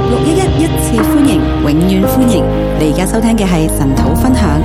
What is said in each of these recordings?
611一次歡迎，永遠歡迎！你而家收聽嘅係神土分享。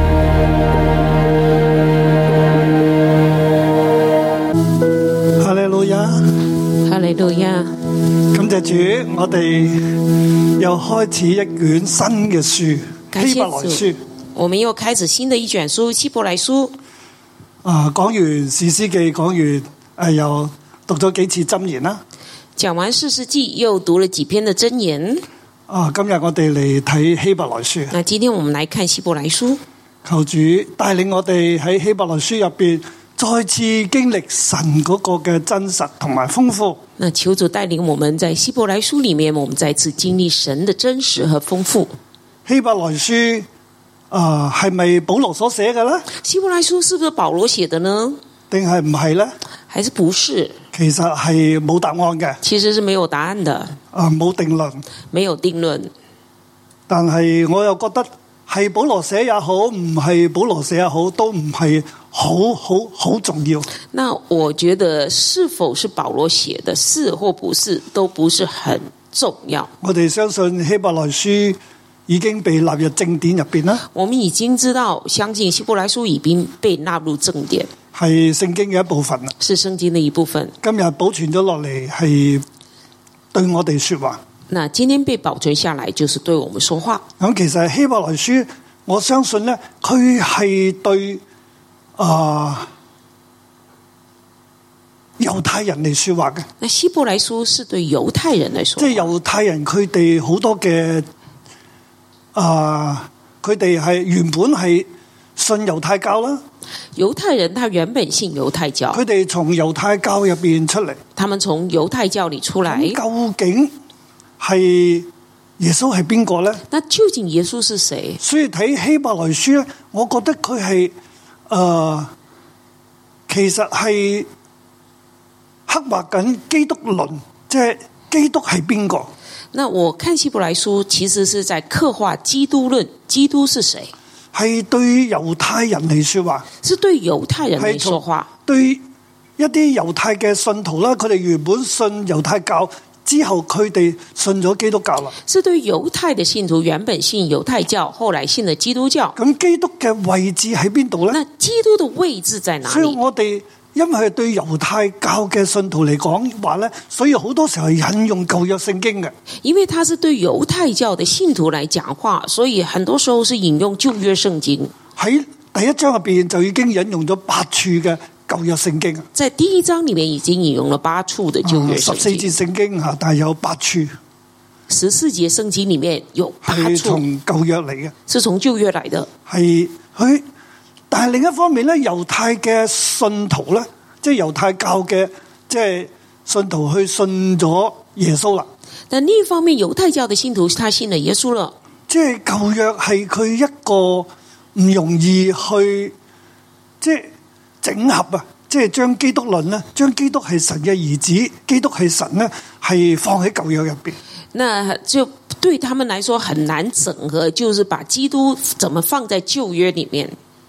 哈利路亞， 哈利路亞！ 感謝主，我哋又開始一卷新嘅書《希伯來書》。 我們又開始新的一卷書《希伯來書》。 講完士師記，講完又讀咗幾次箴言啦。 講完士師記，又讀了幾篇的箴言。 今日我哋嚟睇希伯來書。 那今天我們來看希伯來書。 求主帶領我哋喺希伯來書入邊，再次經歷神嗰個嘅真實同埋豐富。 那求主帶領我們在希伯來書裡面，我們再次經歷神的真實和豐富。 希伯來書係咪保羅所寫嘅呢？ 希伯來書是不是保羅寫的呢？ 定係唔係呢？ 還是不是？ 其實係冇答案嘅。 其實是沒有答案的。 冇定論。 沒有定論。 但係我又覺得係保羅寫也好，唔係保羅寫也好，都唔係好重要。 那我覺得是否是保羅寫的，是或不是，都不是很重要。 我哋相信希伯來書已經被納入正典入邊啦。 我們已經知道，相信希伯來書已經被納入正典， 係聖經嘅一部分啦。 是聖經的一部分。 今日保存咗落嚟，係對我哋說話。 那今天被保存下來，就是對我們說話。 咁其實希伯來書，我相信呢，佢係對猶太人嚟說話嘅。 那希伯來書是對猶太人來說話， 即係猶太人佢哋好多嘅佢哋係原本係信猶太教啦。 猶太人他原本信猶太教， 佢哋從猶太教入邊出嚟， 他們從猶太教裏出來。 究竟係耶穌係邊個呢？ 那究竟耶穌是誰？ 所以睇希伯來書咧，我覺得佢係其實係刻畫緊基督論，即係基督係邊個？ 那我看希伯來書，其實是在刻畫基督論，基督是誰？ 係對猶太人嚟說話， 是對猶太人嚟說話。 對一啲猶太嘅信徒啦，佢哋原本信猶太教之後，佢哋信咗基督教啦。 是對猶太嘅信徒原本信猶太教，後來信了基督教。 咁基督嘅位置喺邊度呢？ 那基督的位置在哪裡？ 所以我哋因為對猶太教嘅信徒嚟講話呢，所以好多時候引用舊約聖經嘅。 因為他是對猶太教的信徒來講話，所以很多時候是引用舊約聖經。 喺第一章入邊就已經引用咗8處嘅舊約聖經。 在第一章裡面已經引用了8處的舊約聖經。 14節聖經吓，但係有8處。 14節聖經裡面有8處係從舊約嚟嘅， 是從舊約來的。 係佢。但係另一方面咧，猶太嘅信徒咧，即係猶太教嘅即係信徒去信咗耶穌啦。 但另一方面，猶太教嘅信徒他信了耶穌了。 即係舊約係佢一個唔容易去即係整合啊！即係將基督論咧，將基督係神嘅兒子，基督係神咧，係放喺舊約入邊。 那就對他們來說很難整合，就是把基督怎麼放在舊約裡面。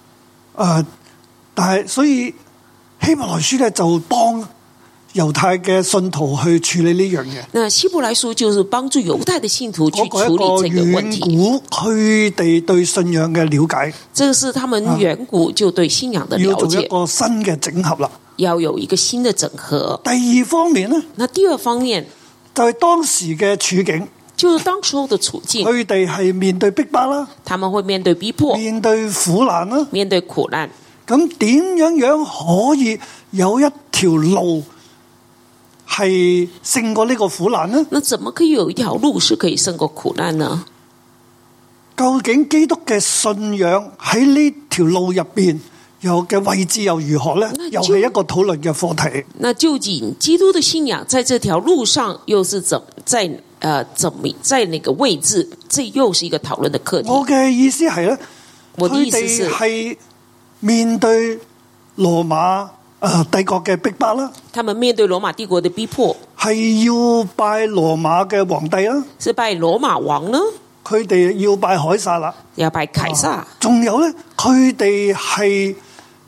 但係所以希伯來書咧就幫猶太嘅信徒去處理呢樣嘢。 那希伯來書就是幫助猶太嘅信徒去處理這個問題。 遠古佢哋對信仰嘅了解， 這個是他們遠古就對信仰的了解。 要做一個新嘅整合啦， 要有一個新的整合。 第二方面呢， 那第二方面就係當時嘅處境。 就是當時候的處境， 佢哋係面對逼迫啦， 他們會面對逼迫， 面對苦難啦， 面對苦難。 咁點樣可以有一條路係勝過呢個苦難呢？ 那怎麼可以有一條路是可以勝過苦難呢？ 究竟基督嘅信仰喺呢條路入邊有嘅位置又如何呢？又係一個討論嘅課題。 那究竟基督的信仰在這條路上又是怎麼在那個位置？這又是一個討論的課題。 我嘅意思係咧， 我的意思是係面對羅馬帝國嘅逼迫啦。 他們面對羅馬帝國的逼迫， 係要拜羅馬嘅皇帝啦， 是拜羅馬王呢？ 佢哋要拜凱撒啦， 要拜凱撒。 仲有咧，佢哋係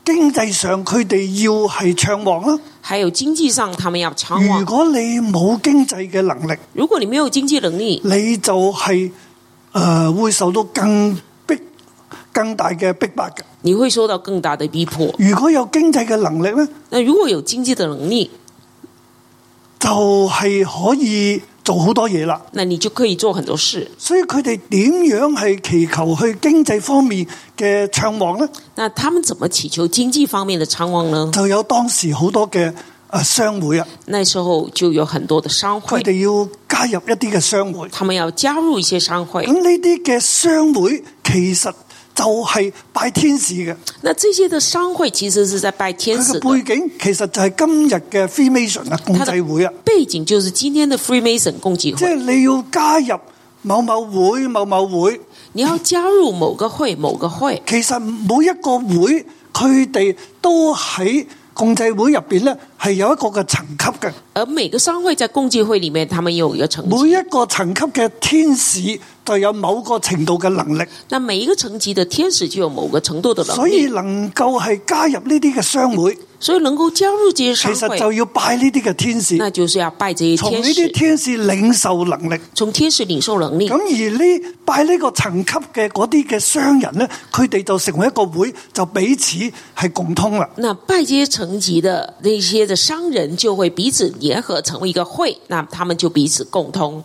經濟上佢哋要係暢旺啦。 還有經濟上，他們要暢旺。 如果你冇經濟嘅能力， 如果你沒有經濟能力， 你就係會受到更大嘅逼迫嘅。 你會受到更大的逼迫。 如果有經濟嘅能力呢， 那如果有經濟的能力， 就係可以做好多嘢啦。 那你就可以做很多事。 所以佢哋點樣係祈求去經濟方面嘅暢旺呢？ 那他們怎麼祈求經濟方面的暢旺呢？ 就有當時好多嘅商會啊。 那時候就有很多的商會， 佢哋要加入一啲嘅商會。 他們要加入一些商會。 咁呢啲嘅商會其實就係拜天使嘅。 那這些的商會其實是在拜天使的。 佢嘅背景其實就係今日嘅 Freemason 啊，共濟會啊。 背景就是今天的 Freemason 共濟會。 即係你要加入某某會、某某會， 你要加入某個會、某個會。 其實每一個會佢哋都喺共濟會入邊咧，係有一個嘅層級嘅。 而每個商會在共濟會裡面，他們有一個層級。 每一個層級嘅天使就有某個程度嘅能力。 那每一個層級的天使就有某個程度的能力。 所以能夠係加入呢啲嘅商會， 所以能夠加入這些商會， 其實就要拜呢啲嘅天使。 那就是要拜這些天使， 從呢啲天使領受能力。 從天使領受能力。 咁而呢拜呢個層級嘅嗰啲嘅商人呢，佢哋就成為一個會，就彼此係共通啦。 那拜這些層級的那些的商人就會彼此聯合成為一個會，那他們就彼此共通。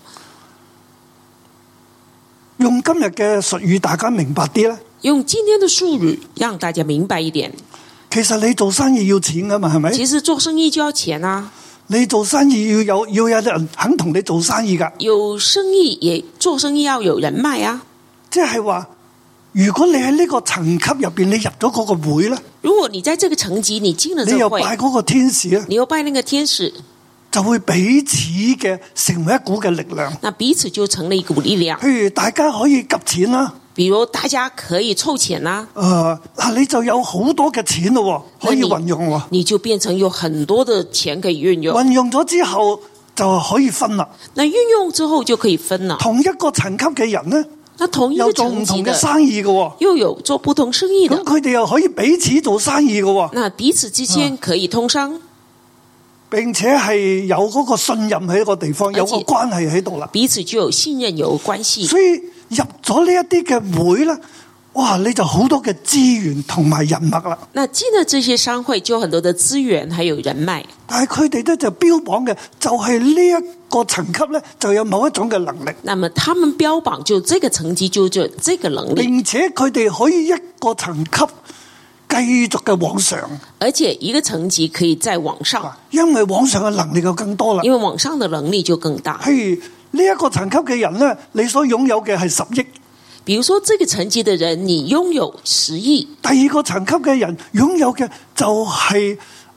用今日嘅術語，大家明白啲咧。 用今天的術語，讓大家明白一點。 其實你做生意要錢噶嘛，係咪？ 其實做生意就要錢啊。 你做生意要有人肯同你做生意噶。 有生意也做生意要有人脈啊。 即係話，如果你喺呢個層級入邊，你入咗嗰個會咧， 如果你在這個層級，你進了這個會， 你又拜嗰個天使咧， 你又拜那個天使， 就會彼此嘅成為一股嘅力量。 那彼此就成了一股力量。 譬如大家可以夾錢啦， 比如大家可以湊錢啦。 你就有好多嘅錢咯，可以運用。 你就變成有很多的錢可以運用。 運用咗之後就可以分啦。 那運用之後就可以分啦。 同一個層級嘅人呢， 那同一個層級嘅生意嘅， 又有做不同生意的。 咁佢哋又可以彼此做生意嘅。 那彼此之間可以通商。 並且係有嗰個信任喺一個地方，有個關係喺度啦。 彼此就有信任，有關係。 所以入咗呢一啲嘅會咧，哇！你就好多嘅資源同埋人脈啦。 那進了這些商會，就有很多的資源，還有人脈。 但係佢哋咧就標榜嘅就係呢一個層級咧，就有某一種嘅能力。 那麼他們標榜就這個層級就這個能力， 並且佢哋可以一個層級繼續嘅往上， 而且一個層級可以再往上， 因為往上嘅能力就更多啦。 因為往上的能力就更大。 譬如呢一個層級嘅人咧，你所擁有嘅係10億。 比如說，這個層級的人，你擁有10億。 第二個層級嘅人擁有嘅就係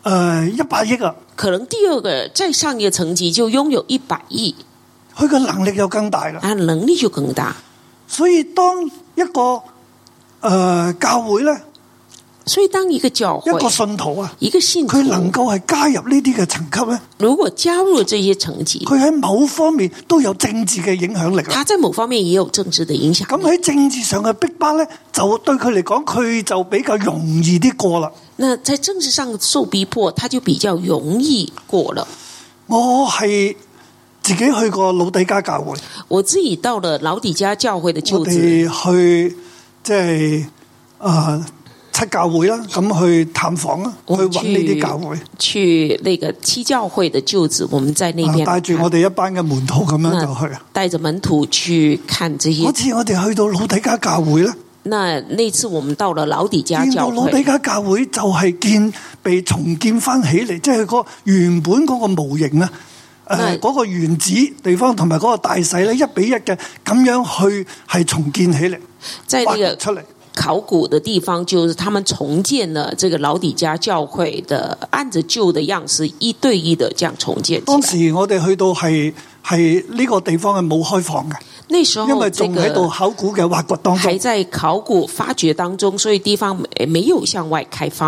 100億啊。 可能第二個再上一個層級就擁有100億， 佢嘅能力就更大啦。 能力就更大。 所以當一個教會咧。 所以當一個教會， 一個信徒啊， 一個信徒， 佢能夠係加入呢啲嘅層級咧， 如果加入了這些層級， 佢喺某方面都有政治嘅影響力。 他在某方面也有政治的影響。 咁喺政治上嘅逼迫咧，就對佢嚟講，佢就比較容易啲過啦。 那在政治上受逼迫，他就比較容易過了。 我係自己去過老底嘉教會， 我自己到了老底嘉教會的舊址， 我哋去即係七教會啦，咁去探訪啦，去揾呢啲教會， 去那個七教會的舊址，我們在那邊帶住我哋一班嘅門徒咁樣就去， 帶着門徒去看這些。 嗰次我哋去到老底嘉教會咧， 那次我們到了老底嘉教會， 見到老底嘉教會就係被重建翻起嚟，即係個原本嗰個模型啊，嗰個原址地方同埋嗰個大細咧1比1嘅，咁樣去係重建起嚟， 挖掘出嚟。 考古的地方就是他們重建了這個老底嘉教會的，按着舊的樣式1對1的這樣重建。 當時我哋去到係呢個地方係冇開放嘅， 那時候因為仲喺度考古嘅挖掘當中， 還在考古發掘當中，所以地方沒有向外開放。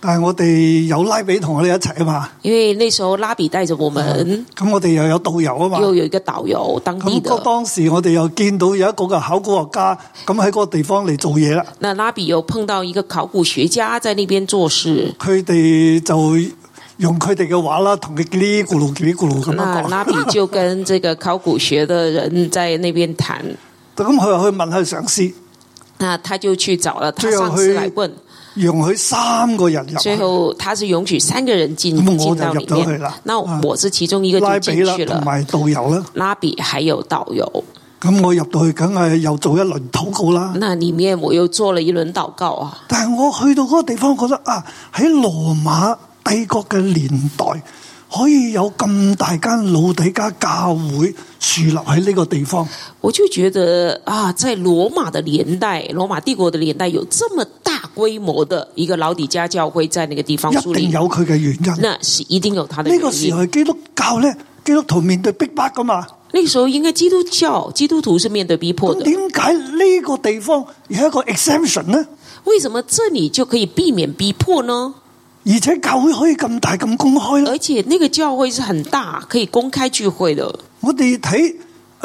但係我哋有拉比同我哋一齊啊嘛。 因為那時候拉比帶着我們， 咁我哋又有導遊啊嘛。 又有一個導遊當地的。 咁當時我哋又見到有一個嘅考古學家，咁喺嗰個地方嚟做嘢啦。 那拉比又碰到一個考古學家在那邊做事， 佢哋就用佢哋嘅話啦，同佢嘰哩咕嚕嘰哩咕嚕咁樣講。 那拉比就跟這個考古學的人在那邊談。 咁佢又去問佢上司， 那他就去找了他上司來問。 容許3個人入， 最後他是允許3個人進到裏面。那我是其中一個就進去了。 同埋導遊啦， 拉比還有導遊。 咁我入到去，梗係又做一輪禱告啦。 那裏面我又做了一輪禱告啊。 但係我去到嗰個地方，覺得啊，喺羅馬帝國嘅年代，可以有咁大間老底嘉教會樹立喺呢個地方， 我就覺得啊，在羅馬的年代，羅馬帝國的年代，有這麼大規模的一個老底嘉教會在那個地方樹立， 一定有佢嘅原因。 那是一定有它的原因。 呢個時候基督教咧，基督徒面對逼迫噶嘛。 那個時候應該基督徒是面對逼迫的。 點解呢個地方有一個 exemption 呢？ 為什麼這裡就可以避免逼迫呢？ 而且教會可以咁大咁公開咧？ 而且那個教會是很大，可以公開聚會的。 我哋睇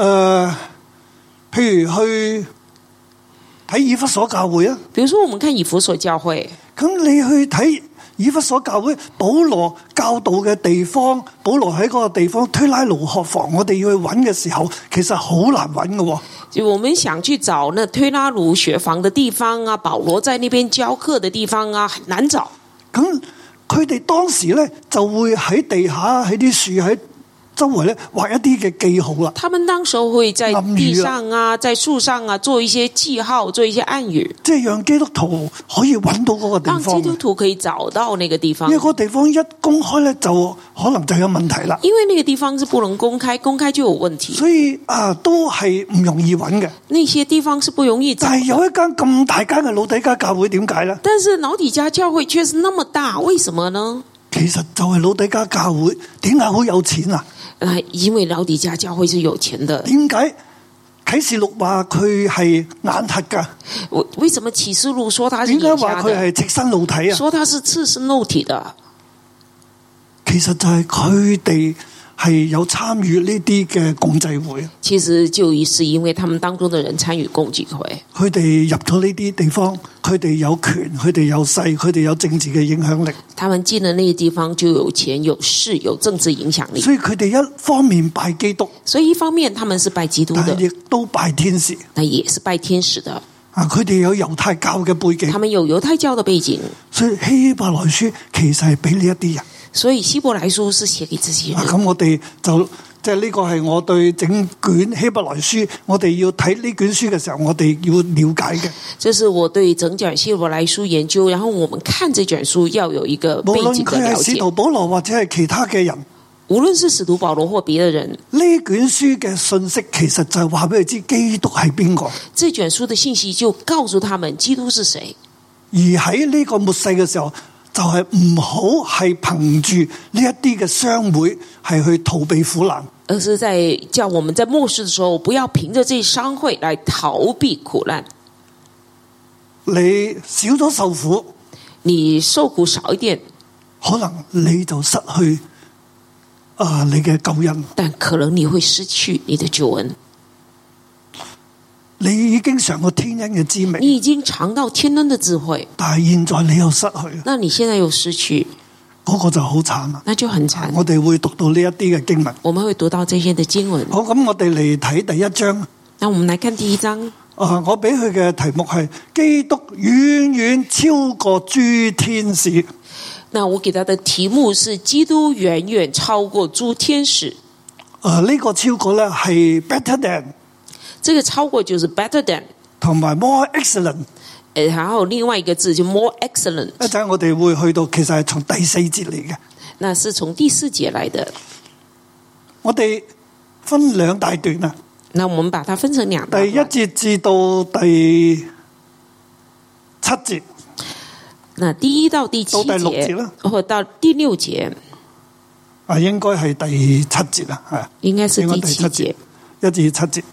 譬如去睇以弗所教會啊。 比如說我們看以弗所教會， 咁你去睇以弗所教會，保羅教導嘅地方，保羅喺嗰個地方推拉奴學房，我哋要去揾嘅時候，其實好難揾嘅。 就我們想去找那推拉奴學房的地方啊，保羅在那邊教課的地方啊，很難找。 咁佢哋當時咧就會喺地下喺啲樹喺周圍咧畫一啲嘅記號啦。 他們當時候會在地上啊，在樹上啊做一些記號，做一些暗語， 即係讓基督徒可以揾到嗰個地方。 讓基督徒可以找到那個地方。 因為嗰個地方一公開咧，就可能就有問題啦。 因為那個地方是不能公開，公開就有問題。 所以啊，都係唔容易揾嘅。 那些地方是不容易找。 但係有一間咁大間嘅老底嘉教會，點解咧？ 但是老底嘉教會卻是那麼大，為什麼呢？ 其實就係老底嘉教會點解好有錢啊？ 因為老底嘉教會是有錢的。 點解啟示錄話佢係眼瞎噶？ 為什麼啟示錄說他是眼瞎的？ 點解話佢係赤身露體啊？ 說他是赤身露體的。 其實就係佢哋係有參與呢啲嘅共濟會。 其實就是因為他們當中的人參與共濟會， 佢哋入咗呢啲地方，佢哋有權，佢哋有勢，佢哋有政治嘅影響力。 他們進了那些地方就有錢、有勢、有政治影響力。 所以佢哋一方面拜基督， 所以一方面他們是拜基督的， 但亦都拜天使。 那也是拜天使的。 啊，佢哋有猶太教嘅背景， 他們有猶太教的背景。 所以希伯來書其實係俾呢一啲人。 所以希伯來書是寫給這些人。 咁我哋就即係呢個係我對整卷希伯來書，我哋要睇呢卷書嘅時候，我哋要了解嘅。 這是我對整卷希伯來書研究，然後我們看這卷書要有一個背景的了解。無論佢係使徒保羅或者係其他嘅人， 無論是使徒保羅或別的人， 呢卷書嘅信息其實就係話俾佢知基督係邊個。 這卷書的信息就告訴他們基督是誰。 而喺呢個末世嘅時候，就係唔好係憑住呢一啲嘅商會係去逃避苦難， 而是在叫我們在末世的時候，不要憑着這些商會來逃避苦難。 你少咗受苦， 你受苦少一點， 可能你就失去你嘅救恩， 但可能你會失去你的救恩。 你已經嘗過天恩嘅滋味， 你已經嘗到天恩的智慧， 但係現在你又失去， 那你現在又失去， 嗰個就好慘啦。 那就很慘。 我哋會讀到呢一啲嘅經文， 我們會讀到這些的經文。 好，咁我哋嚟睇第一章。 那我們來看第一章。 我俾佢嘅題目係基督遠遠超過諸天使。 那我給他的題目是基督遠遠超過諸天使。 呢個超過咧係 better than。 這個超過就是 better than， 同埋 more excellent， 然後另外一個字就 more excellent。 一陣我哋會去到，其實係從第4節嚟嘅。 那是從第4節來的。 我哋分2大段啊。 那我們把它分成2大段。 第1節至到第7節。 那第1到第7節， 到第6節啦， 或到第6節。 應該係第7節啦，係。 應該是第7節。 1至7節。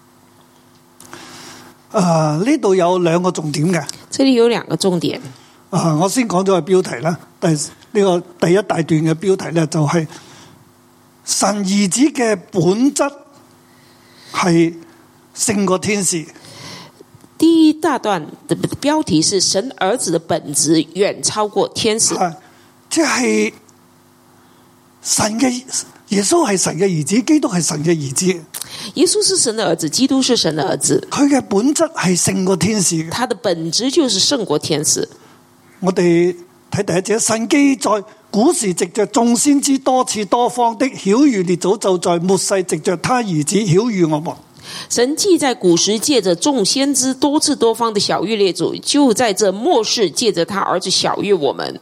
呢度有2個重點嘅。 這裡有2個重點。 我先講咗個標題啦，呢個第一大段嘅標題咧就係神兒子嘅本質係勝過天使。 第一大段的標題是神兒子的本質遠超過天使， 即係神嘅耶穌係神嘅兒子，基督係神嘅兒子。 耶穌是神的兒子，基督是神的兒子。 佢嘅本質係勝過天使嘅， 他的本質就是勝過天使。 我哋睇第一節，神記在古時藉着眾先知多次多方的曉諭列祖，就在末世藉着他兒子曉諭我們。 神既在古時借着眾先知多次多方的曉諭列祖，就在這末世借着他兒子曉諭我們。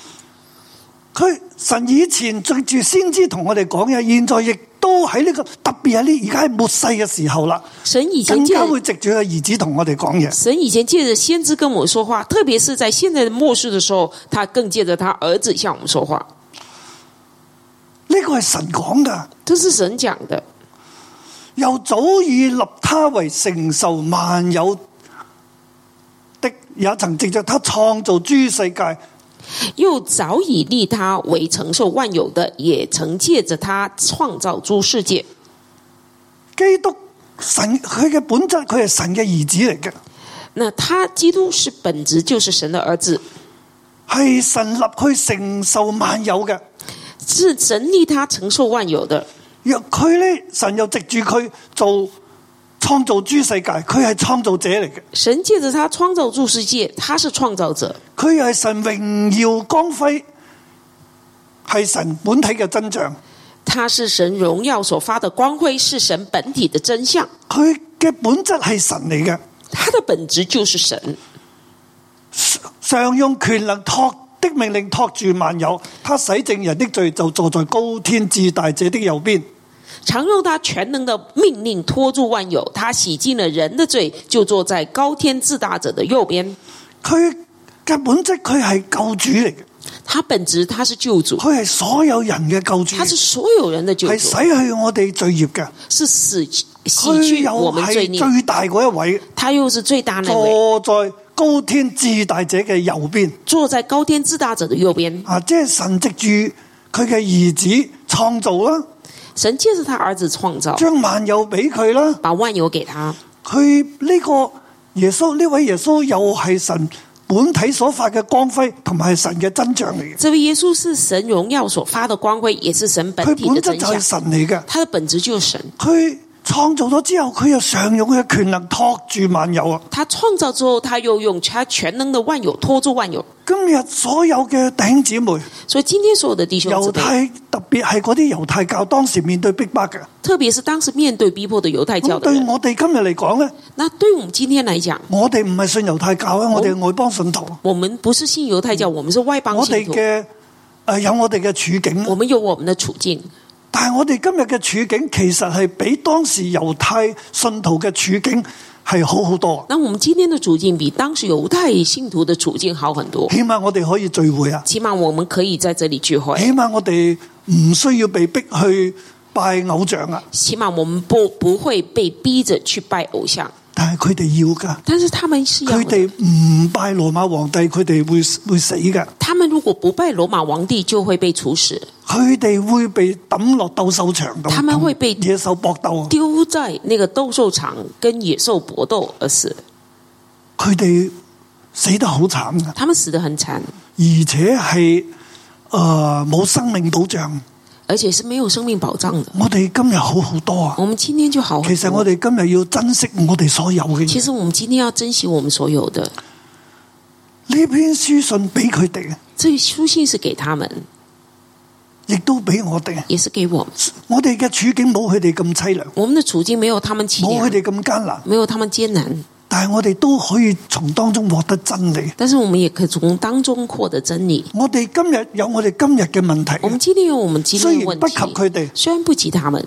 神以前藉住先知同我哋講嘢，現在亦都喺呢個特別喺呢而家係末世嘅時候啦。 神以前更加會藉住個兒子同我哋講嘢。 神以前借着先知跟我們說話，特別是在現在的末世的時候，他更借着他兒子向我們說話。 呢個係神講噶， 這是神講的。 又早已立他為承受萬有的，也曾藉着他創造諸世界。 又早已立他為承受萬有的，也曾借着他創造諸世界。 基督神佢嘅本質，佢係神嘅兒子嚟嘅。 那他基督是本質，就是神的兒子， 係神立佢承受萬有嘅， 是神立他承受萬有的。 若佢咧，神又藉住佢做創造諸世界，佢係創造者嚟嘅。 神借着他創造諸世界，他是創造者。 佢係神榮耀光輝，係神本體嘅真相。 他是神榮耀所發的光輝，是神本體的真相。 佢嘅本質係神嚟嘅， 他的本質就是神。 常用權能托的命令托住萬有，他洗淨人的罪，就坐在高天至大者的右邊。 常用他全能的命令拖住萬有，他洗淨了人的罪，就坐在高天至大者的右邊。 佢嘅本質，佢係救主嚟嘅。 他本質，他是救主， 佢係所有人嘅救主， 他是所有人的救主， 係洗去我哋罪孽嘅， 是洗去我們罪孽。 佢又係最大嗰一位， 他又是最大那位， 坐在高天至大者嘅右邊， 坐在高天至大者的右邊。 即係神藉住佢嘅兒子創造啦。 神借着他兒子創造， 將萬有俾佢啦， 把萬有給他。 佢呢個耶穌，呢位耶穌又係神本體所發嘅光輝，同埋係神嘅真相嚟嘅。 這位耶穌是神榮耀所發的光輝，也是神本體的真相。 佢本質就係神嚟嘅， 他的本質就是神。 佢創造咗之後，佢又常用佢嘅權能托住萬有啊！ 他創造之後，他又用他全能的萬有拖住萬有。 今日所有嘅弟兄姊妹， 所以今天所有的弟兄姊妹， 猶太特別係嗰啲猶太教當時面對逼迫嘅， 特別是當時面對逼迫的猶太教的人。 對我哋今日嚟講咧， 那對我們今天來講， 我哋唔係信猶太教啊，我哋係外邦信徒。 我們不是信猶太教，我們是外邦信徒。 我哋嘅有我哋嘅處境， 我們有我們的處境。 但係我哋今日嘅處境其實係比當時猶太信徒嘅處境係好好多。 那我們今天的處境比當時猶太信徒的處境好很多。 起碼我哋可以聚會啊， 起碼我們可以在這裡聚會。 起碼我哋唔需要被逼去拜偶像啊。 起碼我們不會被逼着去拜偶像。 但係佢哋要噶， 但是他們是要的。 佢哋唔拜羅馬皇帝，佢哋會死噶。 他們如果不拜羅馬皇帝，就會被處死。 佢哋會被抌落鬥獸場度， 他們會被野獸搏鬥， 丟在那個鬥獸場跟野獸搏鬥而死。 佢哋死得好慘噶， 他們死得很慘， 而且係冇生命保障。 而且是沒有生命保障的。 我哋今日好好多啊！ 我們今天就好很多。 其實我哋今日要珍惜我哋所有嘅。 其實我們今天要珍惜我們所有的。 呢篇書信俾佢哋， 這書信是給他們， 亦都俾我哋， 也是給我們。 我哋嘅處境冇佢哋咁凄涼， 我們的處境沒有他們淒涼， 冇佢哋咁艱難， 沒有他們艱難。 但係我哋都可以從當中獲得真理。 但是我們也可以從當中獲得真理。 我哋今日有我哋今日嘅問題， 我們今天有我們今天的問題， 雖然不及佢哋， 雖然不及他們，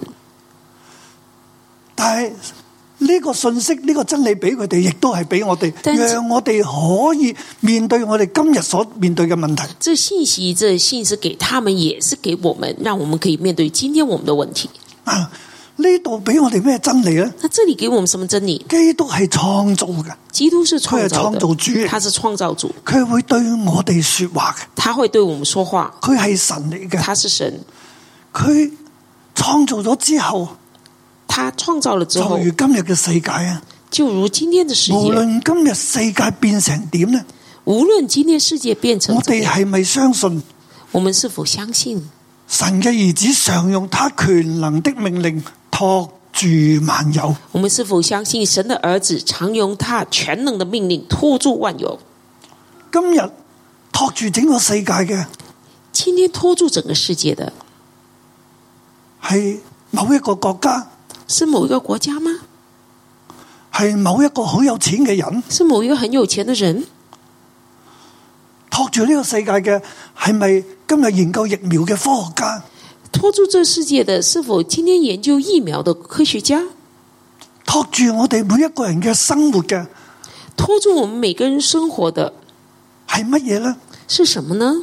但係呢個信息、呢個真理俾佢哋，亦都係俾我哋，讓我哋可以面對我哋今日所面對嘅問題。 這信息、這信息給他們，也是給我們，讓我們可以面對今天我們的問題。 呢度俾我哋咩真理咧？ 那這裡給我們什麼真理？ 基督係創造嘅， 基督是創造的， 佢係創造主， 他是創造主， 佢會對我哋說話嘅， 他會對我們說話， 佢係神嚟嘅， 他是神， 佢創造咗之後， 他創造了之後， 就如今日嘅世界啊， 就如今天的世界， 無論今日世界變成點呢？ 無論今天世界變成， 我哋係咪相信？ 我們是否相信神嘅兒子常用他權能的命令托住萬有？ 我們是否相信神的兒子常用他全能的命令托住萬有？ 今日托住整個世界嘅， 今天托住整個世界的係某一個國家？ 是某一個國家嗎？ 係某一個好有錢嘅人？ 是某一個很有錢的人？ 托住呢個世界嘅係咪今日研究疫苗嘅科學家？ 托住這世界的是否今天研究疫苗的科學家？ 托住我哋每一個人嘅生活嘅， 托住我們每個人生活的係乜嘢呢？ 是什麼呢？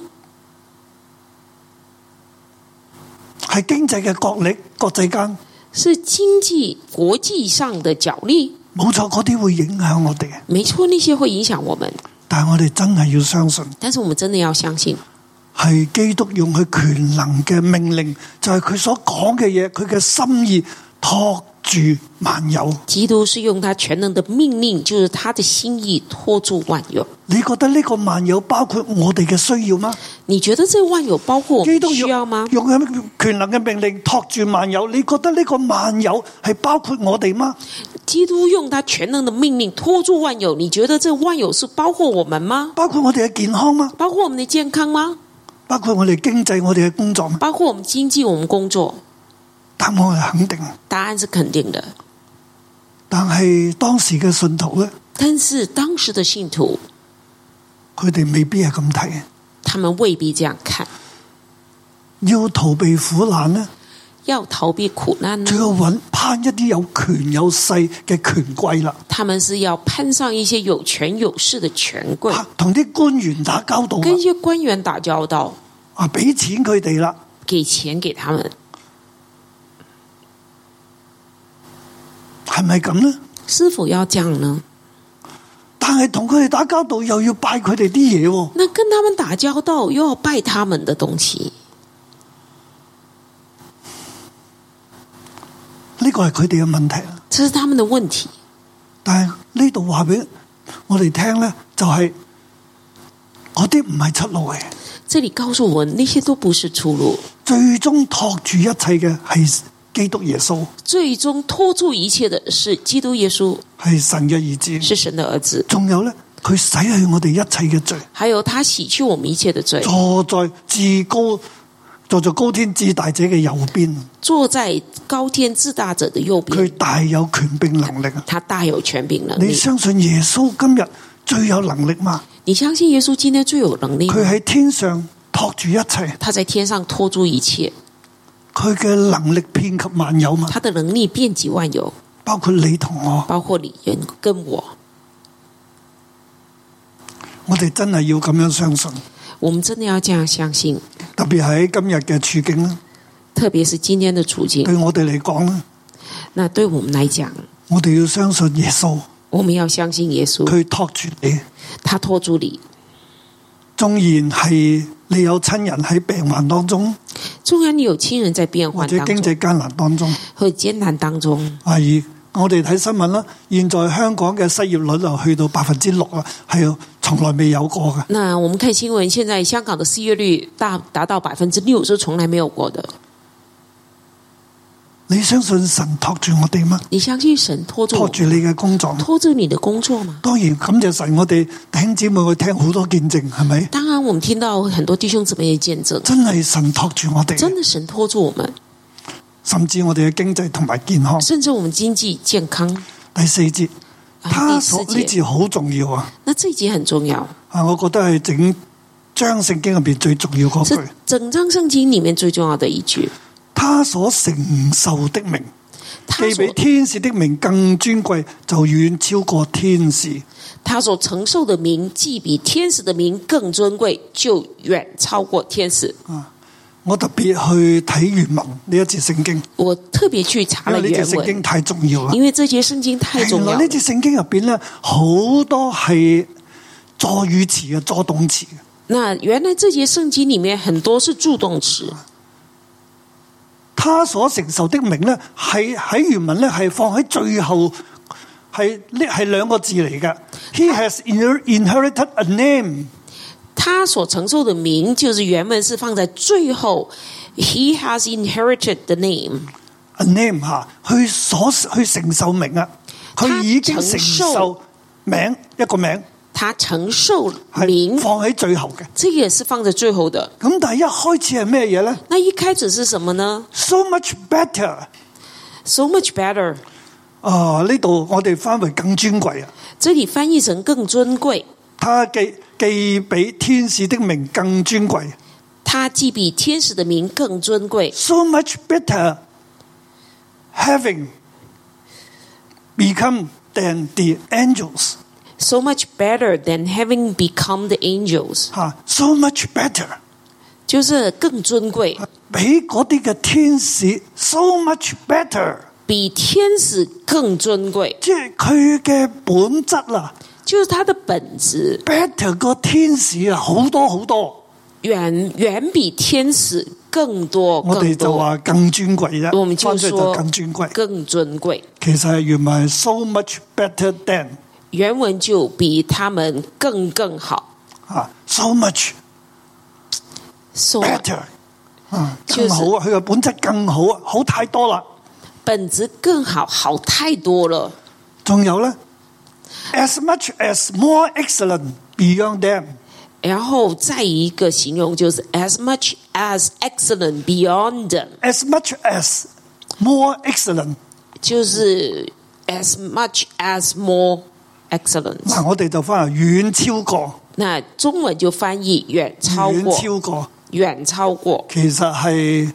係經濟嘅角力，國際間是經濟國際上的角力。 冇錯，嗰啲會影響我哋。 沒錯，那些會影響我們。 但係我哋真係要相信， 但是我們真的要相信， 係基督用佢權能嘅命令，就係佢所講嘅嘢，佢嘅心意托住萬有。 基督是用他全能的命令，就是他的心意托住萬有。 你覺得呢個萬有包括我哋嘅需要嗎？ 你覺得這萬有包括我們的需要嗎？ 用佢權能嘅命令托住萬有，你覺得呢個萬有係包括我哋嗎？ 基督用他全能的命令托住萬有，你覺得這萬有是包括我們嗎？ 包括我哋嘅健康嗎？ 包括我們的健康嗎？ 包括我哋經濟、我哋嘅工作嗎？ 包括我們經濟、我們工作？ 答案係肯定。 答案是肯定的。 但係當時嘅信徒呢？ 但是當時的信徒， 佢哋未必係咁睇。 他們未必這樣看。 要逃避苦難呢？ 要逃避苦難呢？ 就要攀一啲有權有勢嘅權貴啦。 他們是要攀上一些有權有勢的權貴， 同啲官員打交道， 跟一些官員打交道， 啊，俾錢佢哋啦， 給錢給他們， 係咪咁呢？ 是否要這樣呢？ 但係同佢哋打交道又要拜佢哋啲嘢， 那跟他們打交道又要拜他們的東西， 呢個係佢哋嘅問題啦。 這是他們的問題。 但係呢度話俾我哋聽咧，就係嗰啲唔係出路嘅。 這裡告訴我，那些都不是出路。 最終托住一切嘅係基督耶穌。 最終托住一切的是基督耶穌， 係神嘅兒子， 是神的兒子。 仲有咧，佢洗去我哋一切嘅罪， 還有他洗去我們一切的罪。 坐在高天至大者嘅右邊， 坐在高天至大者的右邊。 佢大有權柄能力， 他大有權柄能力。 你相信耶穌今日最有能力嗎？ 你相信耶穌今天最有能力嗎？ 佢喺天上托住一切， 他在天上托住一切。 佢嘅能力遍及萬有嘛？ 他的能力遍及萬有， 包括你同我， 包括你跟我。 我哋真係要咁樣相信。 我們真的要這樣相信。 特別喺今日嘅處境啦， 特別是今天的處境， 對我哋嚟講咧， 那對我們來講， 我哋要相信耶穌。 我們要相信耶穌， 佢托住你， 他托住你。 縱然係你有親人喺病患當中， 縱然你有親人在病患當中， 或者經濟艱難當中， 或者艱難當中。 我哋睇新聞啦，現在香港嘅失業率就去到6%啦，係從來未有過嘅。 那我們看新聞，現在香港的失業率達到6%，是從來沒有過的。 你相信神托住我哋嗎？ 你相信神托住你嘅工作嗎？ 托住你的工作嗎？ 當然感謝神，我哋弟兄姊妹會聽好多見證，係咪？ 當然，我們聽到很多弟兄姊妹嘅見證， 真係神托住我哋， 真的神托住我們， 甚至我哋嘅經濟同埋健康， 甚至我們經濟健康。 第4節，他所呢節好重要啊！ 那這節很重要啊，我覺得係整章聖經入邊最重要嗰句， 整章聖經裡面最重要的一句。 他所承受的名，既比天使的名更尊貴，就遠超過天使。 他所承受的名，既比天使的名更尊貴，就遠超過天使。 我特別去睇原文呢一節聖經， 我特別去查了原文， 因為呢節聖經太重要啦。 因為這節聖經太重要了。 原來呢節聖經入邊咧，好多係助語詞嘅助動詞。 那原來這節聖經裡面很多是助動詞。 他所承受的名咧，係喺原文咧係放喺最後，係兩個字嚟嘅。He has inherited a name。 他所承受的名就是原文是放在最後 ，He has inherited the name。A name 吓，去承受名啊，佢已經承受名一個名。 他承受名放喺最後嘅， 這個也是放在最後的。 咁但係一開始係咩嘢咧？ 那一開始是什麼呢 ？So much better。So much better。 呢度我哋翻為更尊貴啊。 這裡翻譯成更尊貴。 他既比天使的名更尊貴。 他既比天使的名更尊貴。 So much better having become than the angels。So much better than having become the angels。 So much better， 就是更尊貴， 比嗰啲嘅天使 so much better， 比天使更尊貴， 即係佢嘅本質啦， 就是它的本質 better 過天使啊，好多好多， 遠比天使更多。 我哋就話更尊貴啫， 我們就說更尊貴， 更尊貴。 其實係原文係 so much better than。 原文就比他們更好 ，so much better， 更好啊！佢嘅本質更好啊，好太多啦。 本質更好，好太多了。 仲有咧 ，as much as more excellent beyond them。 然後再一個形容就是 as much as excellent beyond them。as much as more excellent， 就是 as much as more。 嗱，我哋就翻嚟遠超過。 那中文就翻譯遠超過。 遠超過。 遠超過。 其實係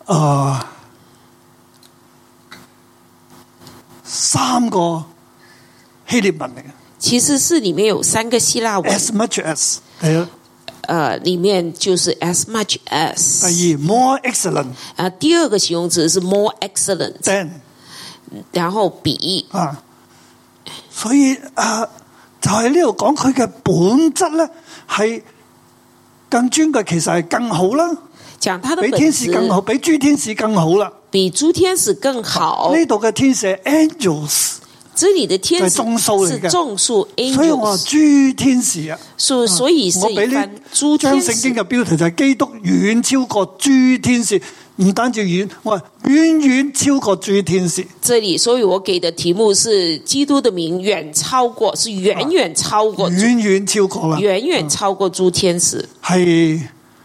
三個希臘文嚟嘅。 其實是裡面有三個希臘文。 as much as 係啊。 裡面就是 as much as。 第二 more excellent。 第二個形容詞是 more excellent。 then 然後比。 所以就喺呢度講佢嘅本質咧，係更尊貴，其實係更好啦。 講他的本質比天使更好，比諸天使更好啦。 比諸天使更好。 呢度嘅天使 angels， 這裡的天使是眾數嚟嘅， 是眾數 angels。 所以我話諸天使啊， 所以是一番諸天使。 將聖經嘅標題就係基督遠超過諸天使。唔單止遠，我話遠遠超過諸天使。 這裡，所以我給的題目是基督的名遠超過，是遠遠超過， 遠遠超過啦， 遠遠超過諸天使。 係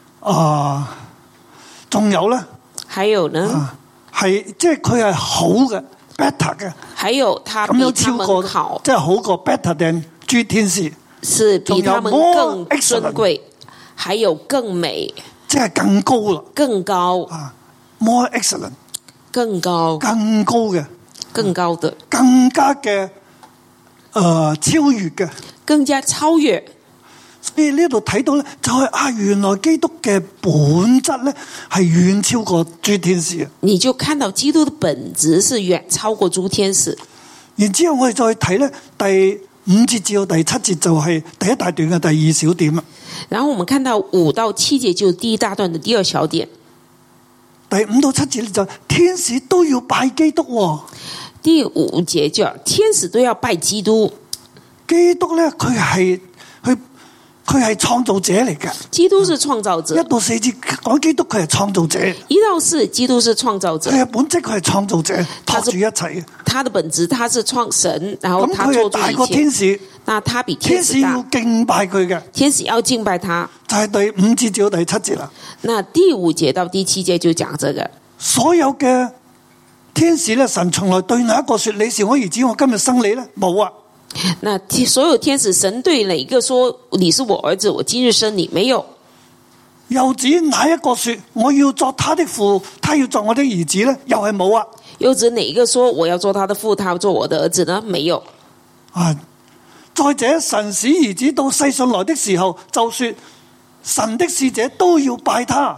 仲有咧？ 還有呢？ 係即係佢係好嘅 ，better 嘅。 還有他比他們好， 即係好過 better than 諸天使， 是比他們更尊貴，還有更美， 即係更高啦， 更高。 more excellent， 更高， 更高嘅， 更高的， 更加嘅超越嘅， 更加超越。 所以呢度睇到咧，就係原來基督嘅本質咧係遠超過諸天使。 你就看到基督的本質是遠超過諸天使。 然之後我哋再睇咧，第5節至到第7節就係第一大段嘅第2小點啦。 然後我們看到5到7節就是第一大段的第2小點。 第5到7節就天使都要拜基督喎。 第5節就天使都要拜基督。 基督咧，佢係創造者嚟嘅。 基督是創造者。 1到4節講基督佢係創造者。 1到4基督是創造者。 佢嘅本質佢係創造者，托住一切。 他的本質他是創神，然後他做住一切。咁佢係大過天使。那他比天使大。天使要敬拜佢嘅。天使要敬拜他。就係第5節至到第7節啦。那第5節到第7節就講這個。所有嘅天使咧，神從來對哪一個說你是我兒子，我今日生你咧？冇啊。那所有天使，神對哪一個說你是我兒子，我今日生你？沒有。又指哪一個說我要作他的父，他要作我的兒子呢？又係冇啊。又指哪一個說我要做他的父，他要做我的兒子呢？沒有。再者，神使兒子到世上來的時候，就說神的使者都要拜他。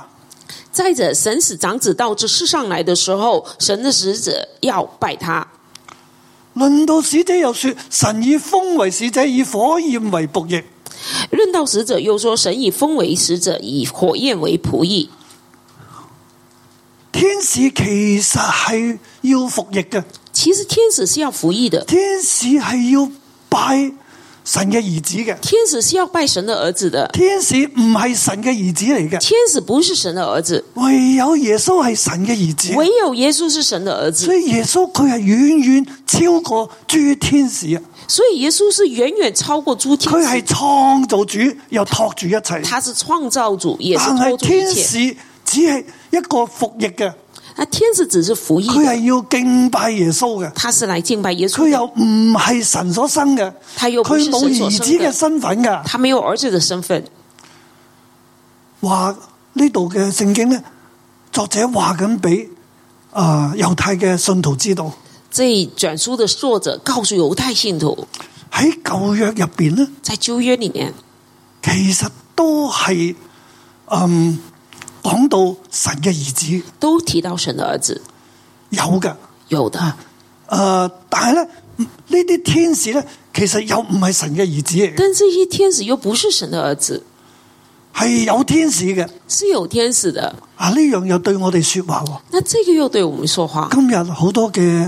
再者，神使長子到這世上來的時候，神的使者要拜他。 論到使者又說，神以風為使者，以火焰為僕役。 論到使者又說，神以風為使者，以火焰為僕役。 天使其實係要服役嘅， 其實天使是要服役的。 天使係要拜神嘅兒子嘅， 天使是要拜神的兒子的。 天使唔係神嘅兒子嚟嘅， 天使不是神的兒子， 唯有耶穌係神嘅兒子， 唯有耶穌是神的兒子。 所以耶穌佢係遠遠超過諸天使啊！ 所以耶穌是遠遠超過諸天使， 佢係創造主又托住一切， 他是創造主也是但係托住一切。 天使只係一個服役嘅。 天使只是服役， 佢係要敬拜耶穌嘅， 他是來敬拜耶穌。 佢又唔係神所生嘅，佢冇兒子嘅身份噶， 他沒有兒子的身份。 話呢度嘅聖經咧，作者話緊俾猶太嘅信徒知道。 這卷書的作者告訴猶太信徒， 喺舊約入邊咧， 在舊約裏面， 其實都係講到神嘅兒子， 都提到神的兒子， 有嘅， 有的。 但係咧呢啲天使咧，其實又唔係神嘅兒子嚟嘅。 但這些天使又不是神的兒子， 係有天使嘅， 是有天使的。 呢樣又對我哋說話。 那這個又對我們說話。 今日好多嘅，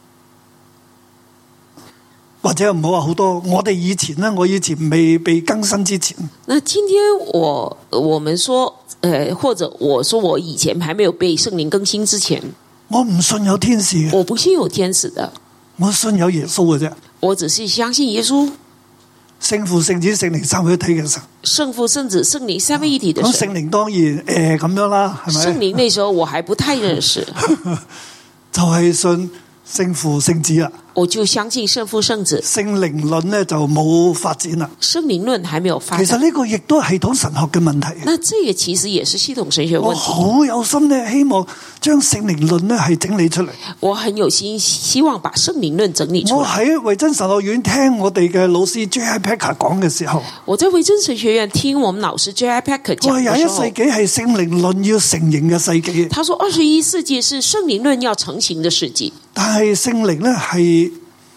或者唔好話好多，我哋以前咧，我以前未被更新之前， 那今天我們說。或者我說我以前還沒有被聖靈更新之前， 我唔信有天使， 我不信有天使的， 我信有耶穌嘅啫。 我只是相信耶穌， 聖父、聖子、聖靈三位一體嘅神。 聖父、聖子、聖靈三位一體的神。 咁聖靈當然咁樣啦，係咪？ 聖靈那時候我還不太認識， 就係信聖父、聖子啦。 我就相信聖父聖子， 聖靈論咧就冇發展啦。 聖靈論還沒有發展。 其實呢個亦都係系統神學嘅問題。 那這個其實也是系統神學問題。 我好有心咧，希望將聖靈論咧係整理出嚟。 我很有心，希望把聖靈論整理出來。 我喺維真神學院聽我哋嘅老師 J.I. Packer 講嘅時候， 我在維真神學院聽我們老師 J.I. Packer 講嘅時候， 21世紀係聖靈論要成形嘅世紀。 他說21世紀是聖靈論要成形嘅世紀。 但係聖靈咧係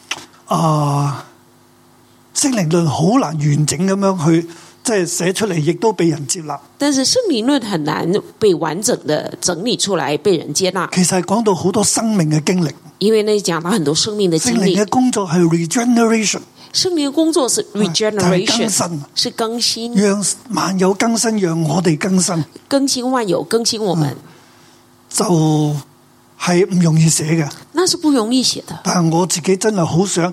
聖靈論好難完整咁樣去即係寫出嚟，亦都被人接納。 但是聖靈論很難被完整的整理出來，被人接納。 其實係講到好多生命嘅經歷， 因為呢講到很多生命的經歷。 聖靈嘅工作係 regeneration， 聖靈嘅工作是 regeneration， 更新， 是更新， 讓萬有更新，讓我哋更新， 更新萬有，更新我們。 就係唔容易寫嘅， 那是不容易寫的。 但係我自己真係好想，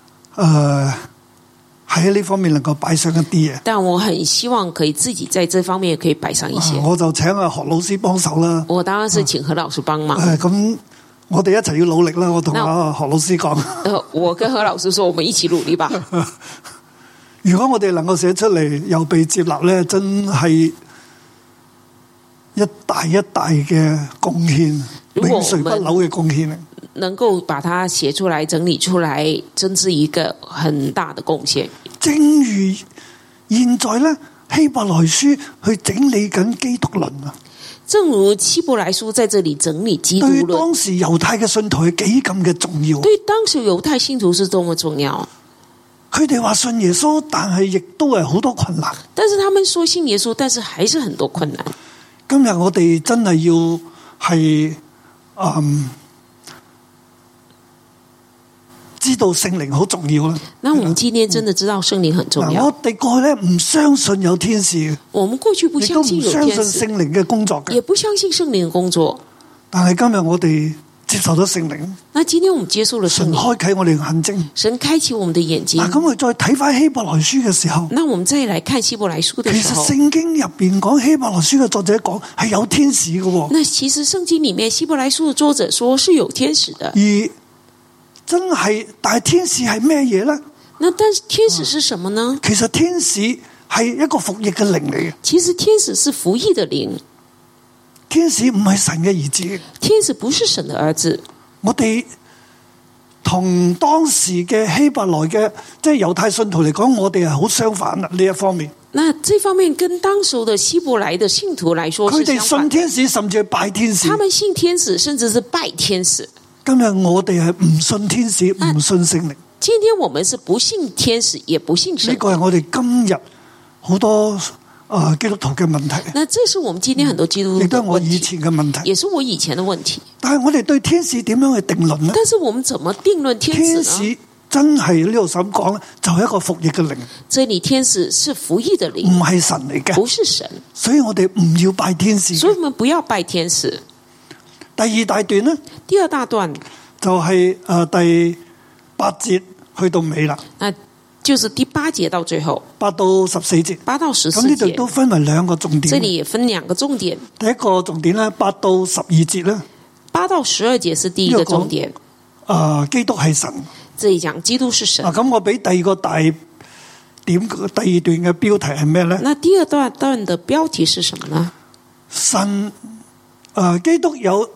喺呢方面能夠擺上一啲嘢。 但我很希望可以自己在這方面可以擺上一些。 我就請阿何老師幫手啦。 我當然是請何老師幫忙。 咁我哋一齊要努力啦。我同阿何老師講。 我跟何老師說，我們一起努力吧。 如果我哋能夠寫出嚟又被接納咧，真係一大一大嘅貢獻，永垂不朽嘅貢獻。 能夠把它寫出來、整理出來，真是一個很大的貢獻。 正如現在咧，希伯來書去整理緊基督論啊。 正如希伯來書在這裡整理基督論， 對當時猶太嘅信徒係幾咁嘅重要。 對當時猶太信徒是多麼重要。 佢哋話信耶穌，但係亦都係好多困難。 但是他們說信耶穌，但是還是很多困難。 今日我哋真係要係知道聖靈好重要啦。 那我們今天真的知道聖靈很重要。 我哋過去咧唔相信有天使， 我們過去不相信有天使， 亦都唔相信聖靈嘅工作嘅， 也不相信聖靈嘅工作。 但係今日我哋接受咗聖靈， 那今天我們接受了聖靈， 神開啟我哋嘅眼睛， 神開啟我們的眼睛。 咁我再睇翻希伯來書嘅時候， 那我們再來看希伯來書的時候， 其實聖經入邊講希伯來書嘅作者講係有天使嘅。 那其實聖經裏面希伯來書的作者說是有天使的， 而真係，但係天使係咩嘢呢？ 那但是天使是什麼呢？ 其實天使係一個服役嘅靈嚟嘅。 其實天使是服役的靈， 天使唔係神嘅兒子， 天使不是神的兒子。 我哋同當時嘅希伯來嘅即係猶太信徒嚟講，我哋係好相反啦呢一方面。 那這方面跟當時的希伯來的信徒來說是相反的。 佢哋信天使，甚至係拜天使。 他們信天使，甚至是拜天使。 今日我哋係唔信天使，唔信聖靈。 今天我們是不信天使，也不信聖靈。 呢個係我哋今日好多基督徒嘅問題。 那這是我們今天很多基督徒的問題， 亦都係我以前嘅問題， 也是我以前的問題。 但係我哋對天使點樣去定論呢？ 但是我們怎麼定論天使呢？ 天使真係呢度想講咧，就係一個服役嘅靈。 這裡天使是服役的靈， 唔係神嚟嘅， 不是神。 所以我哋唔要拜天使。 所以我們不要拜天使。 第二大段呢？ 第二大段就係第8節去到尾啦。 就是第8節到最後 8到14節。 8到14節。 咁呢度都分為兩個重點。 這裡也分兩個重點。 第一個重點咧，8到12節咧。8 到12節是第一個重點。 基督係神。 這裡講基督是神。 咁我俾第二個大點，第二段嘅標題係咩咧？ 那第二段的標題是什麼呢？ 神基督有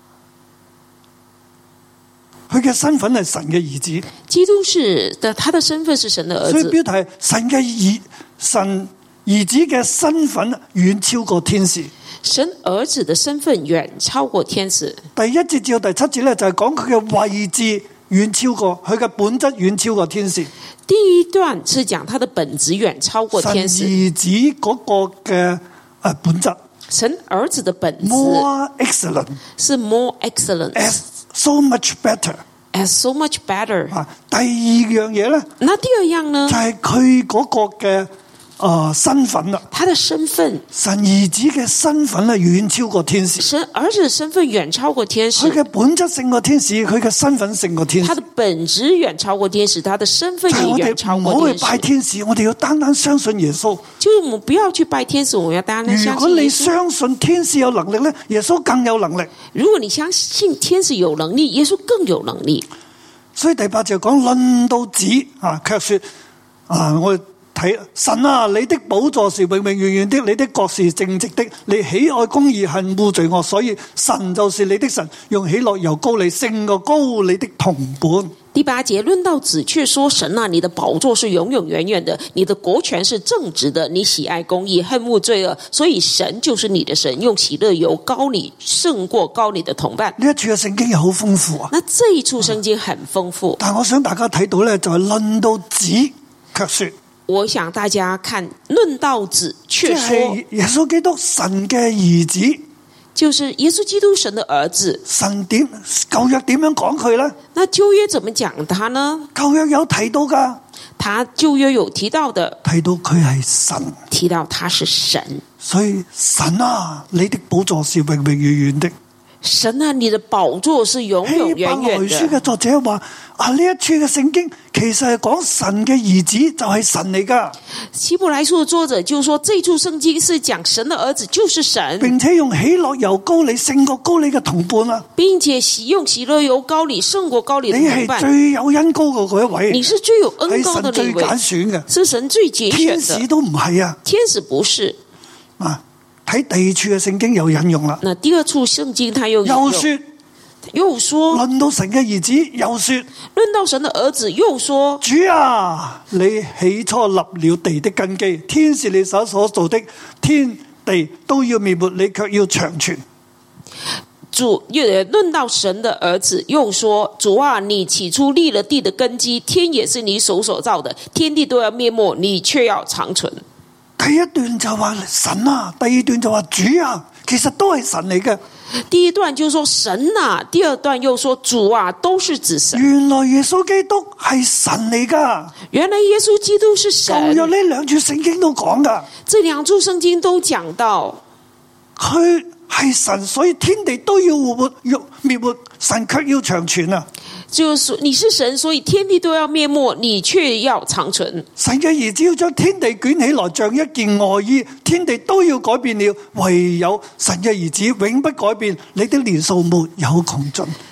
佢嘅身份係神嘅兒子。 基督他的身份是神的兒子。 所以標題神兒子嘅身份遠超過天使。 神兒子的身份遠超過天使。 第1節至到第7節咧，就係講佢嘅位置遠超過佢嘅本質遠超過天使。 第一段是講他的本質遠超過天使。 神兒子嗰個嘅本質。 神兒子的本質 more excellent 是 more excellent as so much better as so much better。 第二樣嘢咧， 那第二樣呢？ 就係佢嗰個嘅身份啦， 他的身份， 神兒子嘅身份咧遠超過天使。 神兒子的身份遠超過天使， 佢嘅本質勝過天使，佢嘅身份勝過天使。 他的本質遠超過天使，他的身份也遠超過天使。 我哋唔好去拜天使，我哋要單單相信耶穌。 就是我們不要去拜天使，我們要單單相信耶穌。 如果你相信天使有能力咧，耶穌更有能力。 如果你相信天使有能力，耶穌更有能力。 所以第8節講論到子卻說我睇神啊，你的寶座是永永遠遠的，你的國是正直的，你喜愛公義，恨惡罪惡，所以神就是你的神，用喜樂油膏你，勝過膏你的同伴。 第8節論到子，卻說神啊，你的寶座是永永遠遠的，你的國權是正直的，你喜愛公義，恨惡罪惡，所以神就是你的神，用喜樂油膏你，勝過膏你的同伴。 呢一處嘅聖經又好豐富啊！ 那這一處聖經很豐富， 但我想大家睇到呢，就係論到子卻說。 我想大家看論到子卻說， 耶穌基督神嘅兒子， 就是耶穌基督神的兒子。 神點舊約點樣講佢呢？ 那舊約怎麼講他呢？ 舊約有提到噶， 他舊約有提到的， 提到佢係神， 提到他是神。所以神啊，你的寶座是永永遠遠的。 神啊，你的寶座是永永遠遠的。希伯來書嘅作者話呢一處嘅聖經其實係講神嘅兒子就係神嚟噶。 希伯來書嘅作者就說，這處聖經是講神的兒子就是神， 並且用喜樂油膏你勝過膏你嘅同伴啊， 並且用喜樂油膏你勝過膏你的同伴。 你係最有恩膏嘅嗰一位， 你是最有恩膏的那一位， 係神最揀選嘅， 是神最揀選的。 天使都唔係啊， 天使不是。 睇第二處嘅聖經有引用啦。 那第二處聖經他又說， 論到神嘅兒子又說， 論到神的兒子又說， 主啊，你起初立了地的根基，天是你手所做的，天地都要滅沒，你卻要長存。 主又論到神的兒子又說，主啊，你起初立了地的根基，天也是你手所造的，天地都要滅沒，你卻要長存。 第一段就話神啊，第二段就話主啊，其實都係神嚟嘅。 第一段就說神啊，第二段又說主啊，都是指神。 原來耶穌基督係神嚟噶。 原來耶穌基督是神。 舊約呢兩處聖經都講噶。 這兩處聖經都講到， 佢係神，所以天地都要滅沒，神卻要長存啊。 就是你是神，所以天地都要滅沒，你卻要長存。 神嘅兒子要將天地捲起來，像一件外衣，天地都要改變了，唯有神嘅兒子永不改變，你的年數沒有窮盡。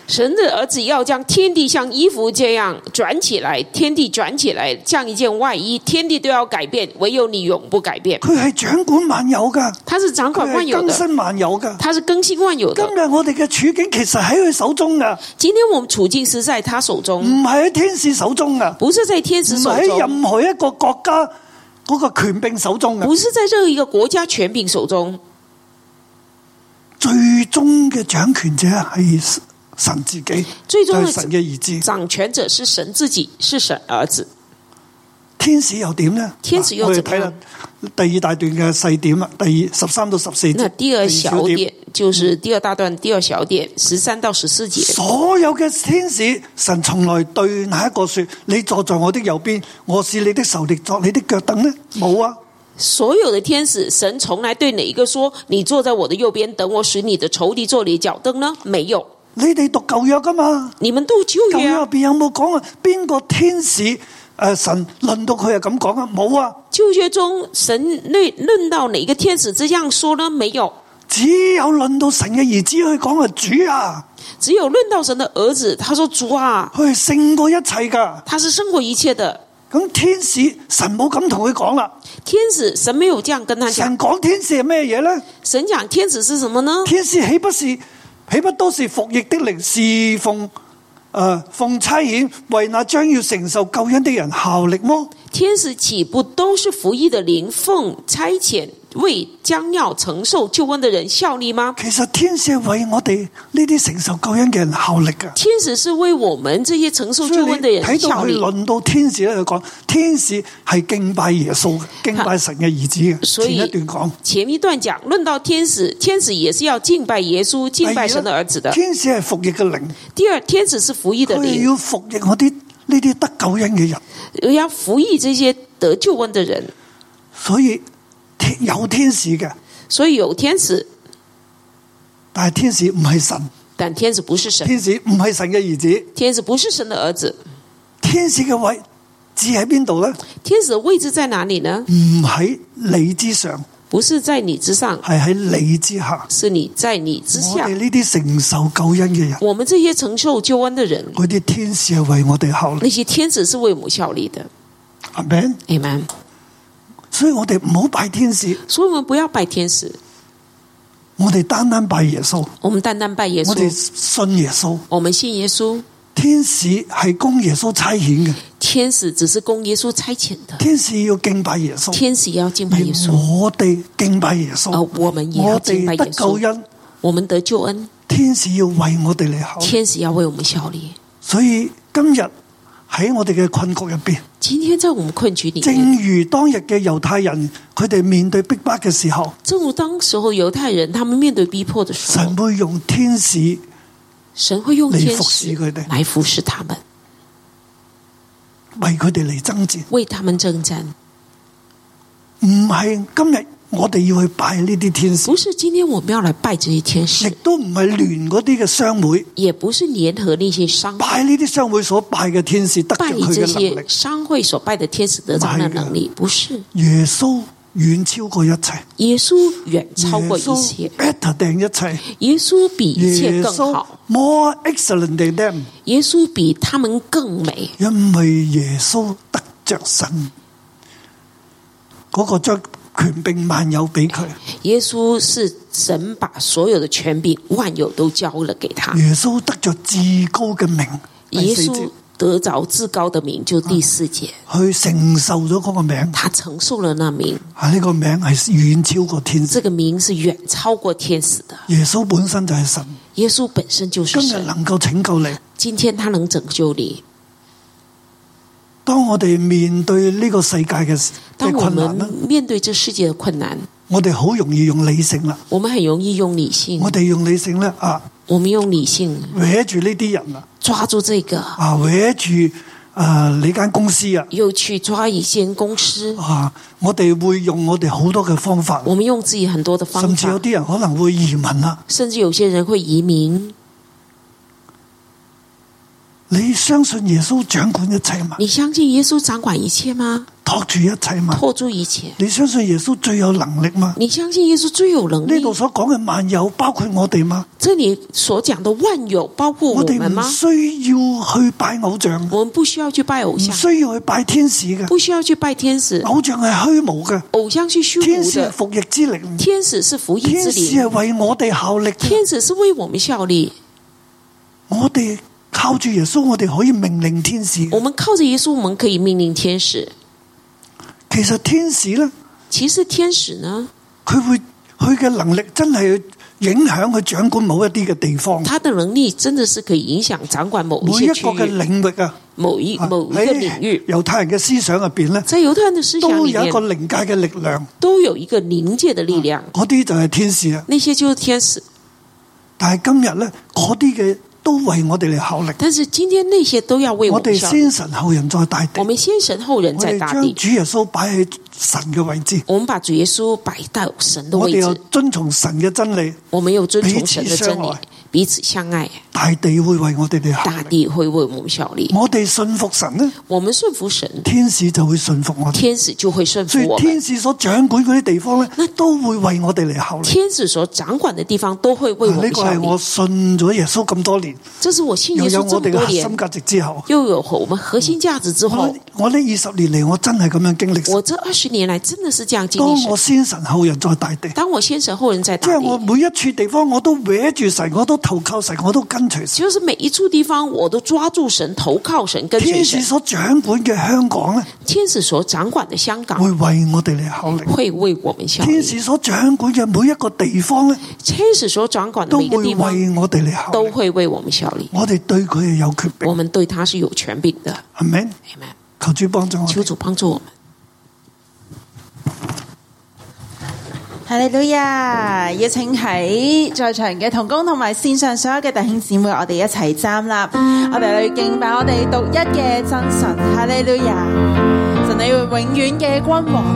神的兒子要將天地像衣服這樣轉起來，天地轉起來像一件外衣，天地都要改變，唯有你永不改變。 佢係掌管萬有噶， 他是掌管萬有的， 更新萬有噶， 他是更新萬有的。 今日我哋嘅處境其實喺佢手中噶， 今天我們處境是在他手中， 唔係喺天使手中噶， 不是在天使手中， 唔係喺任何一個國家嗰個權柄手中噶， 不是在任何一個國家權柄手中。 最終嘅掌權者係神自己， 最終係神嘅兒子， 掌權者是神自己，是神兒子。 天使又點呢？ 天使又怎麼樣？ 我哋睇啦，第二大段嘅細點啦，第13到14節。 那第二小點就是第二大段第二小點13到14節。 所有嘅天使，神從來對哪一個說：你坐在我的右邊，我是你的仇敵，作你的腳凳呢？冇啊！ 所有的天使，神從來對哪一個說：你坐在我的右邊，等我使你的仇敵做你的腳凳呢？沒有。 你哋讀舊約噶嘛？ 你們讀舊約，舊約入邊有冇講啊？邊個天使神論到佢係咁講啊？冇啊！ 舊約中神論到哪個天使這樣說呢？沒有。 只有論到神嘅兒子去講啊，主啊！ 只有論到神的兒子，他說主啊， 佢係勝過一切噶， 他是勝過一切的。 咁天使神冇咁同佢講啦。 天使神沒有這樣跟他講。 神講天使係咩嘢呢？ 神講天使是什麼呢？ 天使豈不都是服役的靈，侍奉奉差遣，為那將要承受救恩的人效力麼？ 天使豈不都是服役的靈，奉差遣，為將要承受救恩的人效力嗎？ 其實天使係為我哋呢啲承受救恩嘅人效力噶。 天使是為我們這些承受救恩的人效力。 睇到佢論到天使咧，佢講天使係敬拜耶穌嘅，敬拜神嘅兒子嘅。前一段講， 前一段講論到天使，天使也是要敬拜耶穌、敬拜神的兒子的。 天使係服役嘅靈。 第二，天使是服役的靈， 佢要服役我啲呢啲得救恩嘅人， 要服役這些得救恩的人。 所以有天使嘅， 所以有天使， 但係天使唔係神， 但天使不是神， 天使唔係神嘅兒子， 天使不是神的兒子。 天使嘅位置喺邊度呢？ 天使的位置在哪裡呢？ 唔喺你之上， 不是在你之上， 係喺你之下， 是你在你之下。 我哋呢啲承受救恩嘅人， 我們這些承受救恩的人， 嗰啲天使係為我哋效力， 那些天使是為我們效力的。 阿們， 阿們。 所以我哋唔好拜天使， 所以我們不要拜天使， 我哋單單拜耶穌。 我們單單拜耶穌， 我哋信耶穌， 我們信耶穌。 天使係供耶穌差遣嘅， 天使只是供耶穌差遣的。 天使要敬拜耶穌， 天使要敬拜耶穌。 我哋敬拜耶穌， 我們也要敬拜耶穌。 我哋得救恩， 我們得救恩。 天使要為我哋嚟效力， 天使要為我們效力。 所以今日喺我哋嘅困局入邊， 今天在我們困局裏面， 正如當日嘅猶太人，佢哋面對逼迫嘅時候， 正如當時候猶太人他們面對逼迫的時候， 神會用天使， 神會用天使嚟服侍佢哋， 來服侍他們， 為佢哋嚟爭戰， 為他們征戰。 唔係今日我哋要去拜呢啲天使， 不是今天我們要來拜這些天使， 亦都唔係聯嗰啲嘅商會， 也不是聯合那些商會， 拜呢啲商會所拜嘅天使得着佢嘅能力， 商會所拜的天使得着嘅能力，不是。 耶穌遠超過一切， 耶穌遠超過一切， better than 一切， 耶穌比一切更好 ，more excellent than them， 耶穌比他們更美， 因為耶穌得着神嗰個將權柄萬有俾佢。 耶穌是神把所有的權柄萬有都交了給他。 耶穌得着至高嘅名， 耶穌得着至高的名，就第4節， 去承受咗嗰個名， 他承受了那名。 呢個名係遠超過天使， 這個名是遠超過天使的。 耶穌本身就係神， 耶穌本身就是神， 今日能夠拯救你， 今天他能拯救你。 當我哋面對呢個世界嘅困難， 面對這世界的困難， 我哋好容易用理性啦。 我們很容易用理性， 我哋用理性咧我們用理性搲住呢啲人啊， 抓住這個搲住你間公司啊， 又去抓一間公司我哋會用我哋好多嘅方法， 我們用自己很多的方法， 甚至有啲人可能會移民啦， 甚至有些人會移民。 你相信耶穌掌管一切嗎？ 你相信耶穌掌管一切嗎？ 托住一切嘛？ 托住一切。 你相信耶穌最有能力嗎？ 你相信耶穌最有能力？ 呢度所講嘅萬有包括我哋嗎？ 這裡所講的萬有包括我們嗎？ 我哋唔需要去拜偶像， 我們不需要去拜偶像， 唔需要去拜天使嘅， 不需要去拜天使。 偶像係虛無嘅， 偶像是虛無的。 天使係服役之靈， 天使是服役之靈。 天使係為我哋效力， 天使是為我們效力。 我哋靠住耶穌，我哋可以命令天使。 我們靠着耶穌，我們可以命令天使。 其實天使呢？ 其實天使呢？ 佢嘅能力真係影響佢掌管某一啲嘅地方。 他的能力真的是可以影響掌管某一些區域。 每一個嘅領域啊， 某一個領域。 猶太人嘅思想入邊呢， 在猶太人嘅思想裏面都有一個靈界嘅力量， 都有一個靈界嘅力量。 嗰啲就係天使啊， 那些就是天使。 但係今日呢，嗰啲嘅都為我哋嚟效力。 但是今天那些都要為我們效力。 我哋先神後人在大地。 我們先神後人在大地。 我哋將主耶穌擺喺神嘅位置。 我們把主耶穌擺到神的位置。 我哋又遵從神嘅真理。 我們又遵從神的真理，彼此相愛。 大地會為我哋嚟效力。 大地會為我們效力。 我哋信服神呢？ 我們信服神， 天使就會信服我哋。 天使就會信服我們。 所以天使所掌管嗰啲地方呢，都會為我哋嚟效力。 天使所掌管的地方都會為我們效力。 呢個係我信咗耶穌咁多年。 這是我信耶穌這麼多年。 又有我哋嘅核心價值之後， 又有我們核心價值之後。 我呢20年嚟，我真係咁樣經歷。 我這20年來真的是這樣經歷。 當我先神後人在大地， 當我先神後人在大地， 即係我每一處地方我都搲住神，我都投靠神，我都跟隨神。 就是每一處地方我都抓住神，投靠神，跟隨神。 天使所掌管嘅香港呢？ 天使所掌管的香港會為我哋嚟效力， 會為我們效力。 天使所掌管嘅每一個地方呢？ 天使所掌管的每一個地方都會為我哋嚟效力， 都會為我們效力。 我哋對佢係有權柄， 我們對他是有權柄的。 阿們，求主幫助我， 求主幫助我們。 哈利路亞！邀請喺在場嘅同工同埋線上所有嘅弟兄姊妹，我哋一齊站立，我哋去敬拜我哋獨一嘅真神。哈利路亞！神你會永遠嘅君王，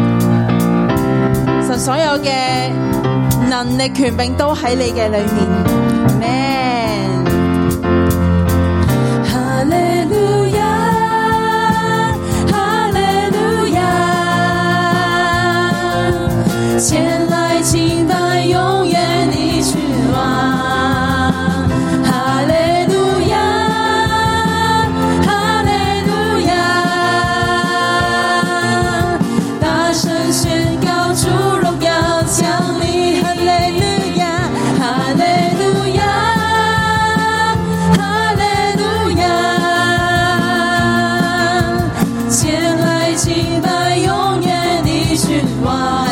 神所有嘅能力權柄都喺你嘅裏面。Amen。哈利路亞，哈利路亞，前來敬拜永遠的君王。哈利路亞，哈利路亞，大聲宣告主榮耀降臨。哈利路亞，哈利路亞，哈利路亞，前來敬拜永遠的君王。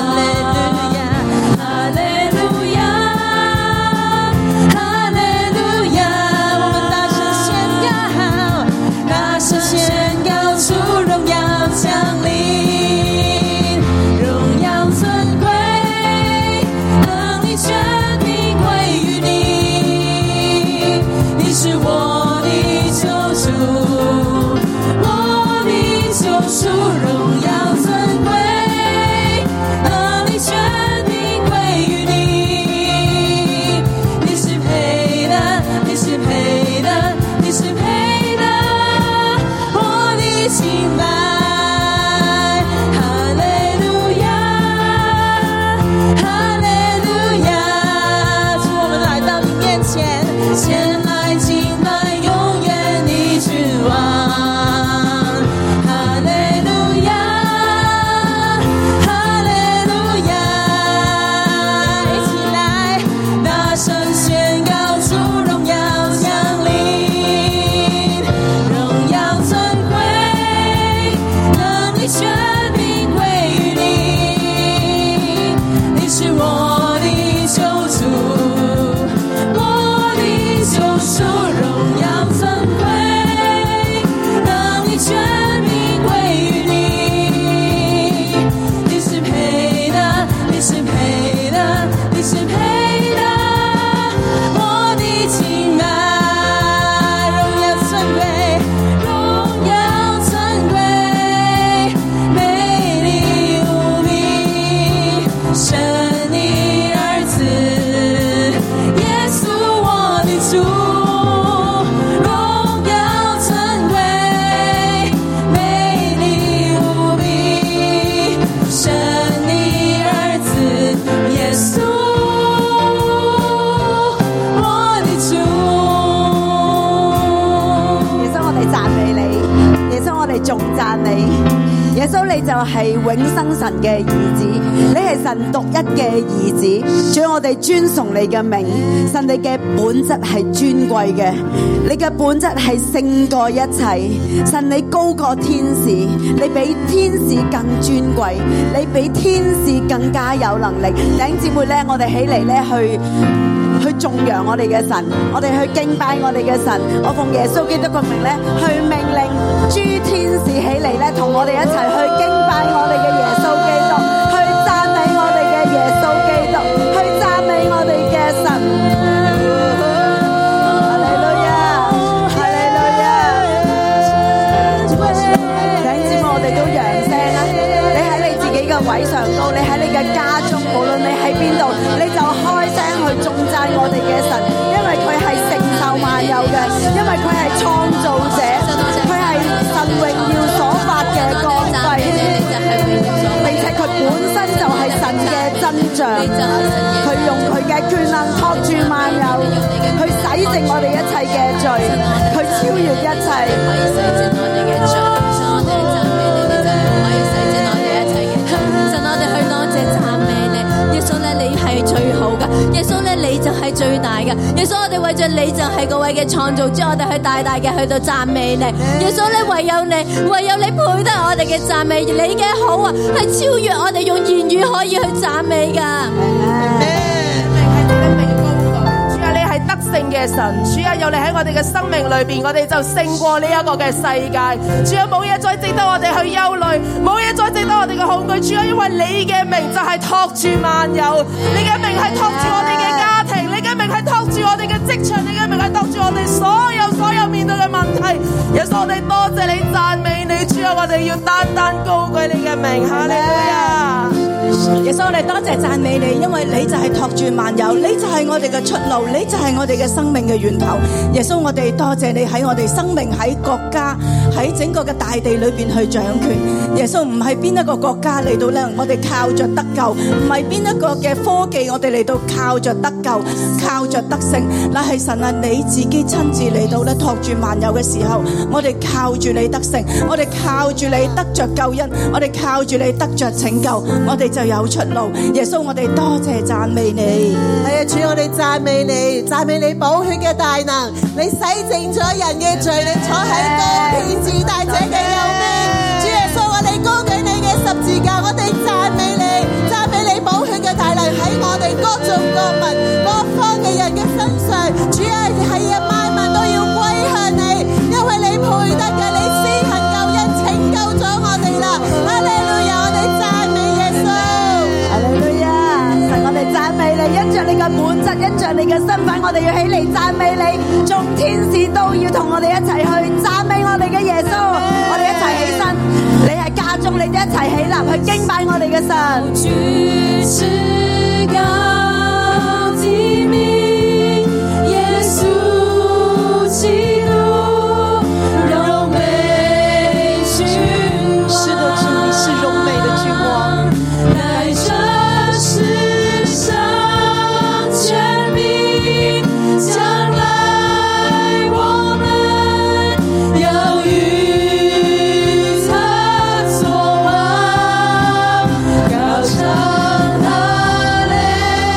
神你哋頌讚你。耶穌你就係永生神嘅兒子，你係神獨一嘅兒子。主，我哋尊崇你嘅名。神，你嘅本質係尊貴嘅，你嘅本質係勝過一切。神，你高過天使，你比天使更尊貴，你比天使更加有能力。弟兄姊妹咧，我哋起嚟咧去頌揚我哋嘅神，我哋去敬拜我哋嘅神。我奉耶穌基督嘅名咧，去命令諸天使起嚟咧，同我哋一齊去敬拜我哋嘅耶穌基督，去讚美我哋嘅耶穌基督，去讚美我哋嘅神。哈利路亞，哈利路亞。弟兄姊妹，我哋都揚聲啦！你喺你自己嘅位上高，你喺你嘅家中，無論你喺邊度，你就開聲去頌讚我哋嘅神，因為佢係承受萬有嘅，因為佢係創造者，佢係神榮耀所發嘅光輝，並且佢本身就係神嘅真像，佢用佢嘅權能托住萬有，去洗淨我哋一切嘅罪，佢超越一切。 係最好噶，耶穌咧你就係最大噶，耶穌我哋為咗你就係嗰位嘅創造主，我哋去大大嘅去到讚美你，耶穌咧唯有你配得我哋嘅讚美，你嘅好啊係超越我哋用言語可以去讚美噶。 得勝嘅神，主啊，有你喺我哋嘅生命裏邊，我哋就勝過呢一個嘅世界。主啊，冇嘢再值得我哋去憂慮，冇嘢再值得我哋嘅恐懼。主啊，因為你嘅名就係托住萬有，你嘅名係托住我哋嘅家庭，你嘅名係托住我哋嘅職場，你嘅名係托住我哋所有面對嘅問題。耶穌，我哋多謝你，讚美你。主啊，我哋要單單高舉你嘅名。哈利路亞。 耶穌，我哋多謝讚美你，因為你就係托住萬有，你就係我哋嘅出路，你就係我哋嘅生命嘅源頭。耶穌，我哋多謝你喺我哋生命，喺國家，喺整個嘅大地裏邊去掌權。耶穌，唔係邊一個國家嚟到咧，我哋靠着得救；唔係邊一個嘅科技，我哋嚟到靠着得救，靠着得勝。乃係神啊，你自己親自嚟到咧托住萬有嘅時候，我哋靠住你得勝，我哋靠住你得着救恩，我哋靠住你得着拯救，我哋就有出路。耶穌，我哋多謝讚美你。 係啊，主，我哋讚美你，讚美你寶血嘅大能，你洗淨咗人嘅罪，你坐喺高天至大者嘅右邊。主耶穌，我哋高舉你嘅十字架，我哋讚美你，讚美你寶血嘅大能喺我哋各族各民各方嘅人嘅身上。主啊，係啊，萬民都要歸向你，因為你配得嘅，你施行救恩，拯救咗我哋啦。哈利路亞，我哋讚美耶穌。 哈利路亞，神，我哋讚美你，因着你嘅本質，因着你嘅身份，我哋要起嚟讚美你，眾天使都要同我哋一齊去讚美我哋嘅耶穌。我哋一齊起身，你喺家中，你哋一齊起立去敬拜我哋嘅神。 高唱哈利